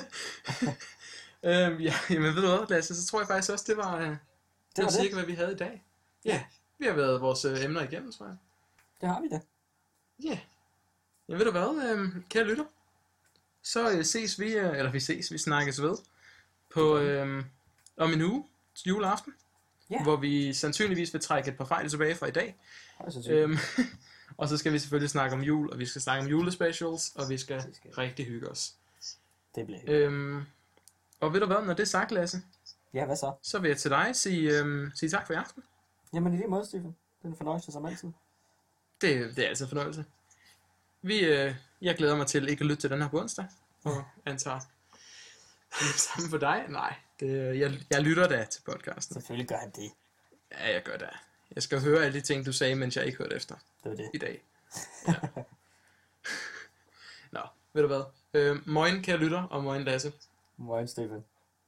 A: øhm, ja, jamen ved du hvad, Lasse, så tror jeg faktisk også, det var, øh, det var
B: var det.
A: cirka, hvad vi havde i dag. Ja, vi har været vores øh, emner igennem, tror jeg.
B: Det har vi da.
A: Ja. Jamen ved du hvad, øh, kære lytter, så øh, ses vi, øh, eller vi ses, vi snakkes ved, på øh, om en uge til juleaften,
B: Ja.
A: hvor vi sandsynligvis vil trække et par fejl tilbage fra i dag.
B: Højst sandsynligt.
A: Øhm, og så skal vi selvfølgelig snakke om jul, og vi skal snakke om julespecials, og vi skal
B: Det skal vi.
A: rigtig hygge os.
B: Det bliver hyggeligt.
A: Øhm, og ved du hvad, når det er sagt, Lasse,
B: Ja, hvad så?
A: så vil jeg til dig sige, øhm, sige tak for i aften.
B: Jamen i lige måde, Stefan. Det er en fornøjelse som altid.
A: Det, det er altid en fornøjelse. Vi, øh, jeg glæder mig til ikke at lytte til den her på onsdag, og antager sammen for dig. Nej, det, jeg, jeg lytter da til podcasten.
B: Selvfølgelig gør han det.
A: Ja, jeg gør det. Jeg skal høre alle de ting, du sagde, mens jeg ikke hørte efter
B: Det var det.
A: i dag. Ja. Nå, ved du hvad? Øh, moin, kære lytter, og moin, Lasse.
B: Morgen, Stefan.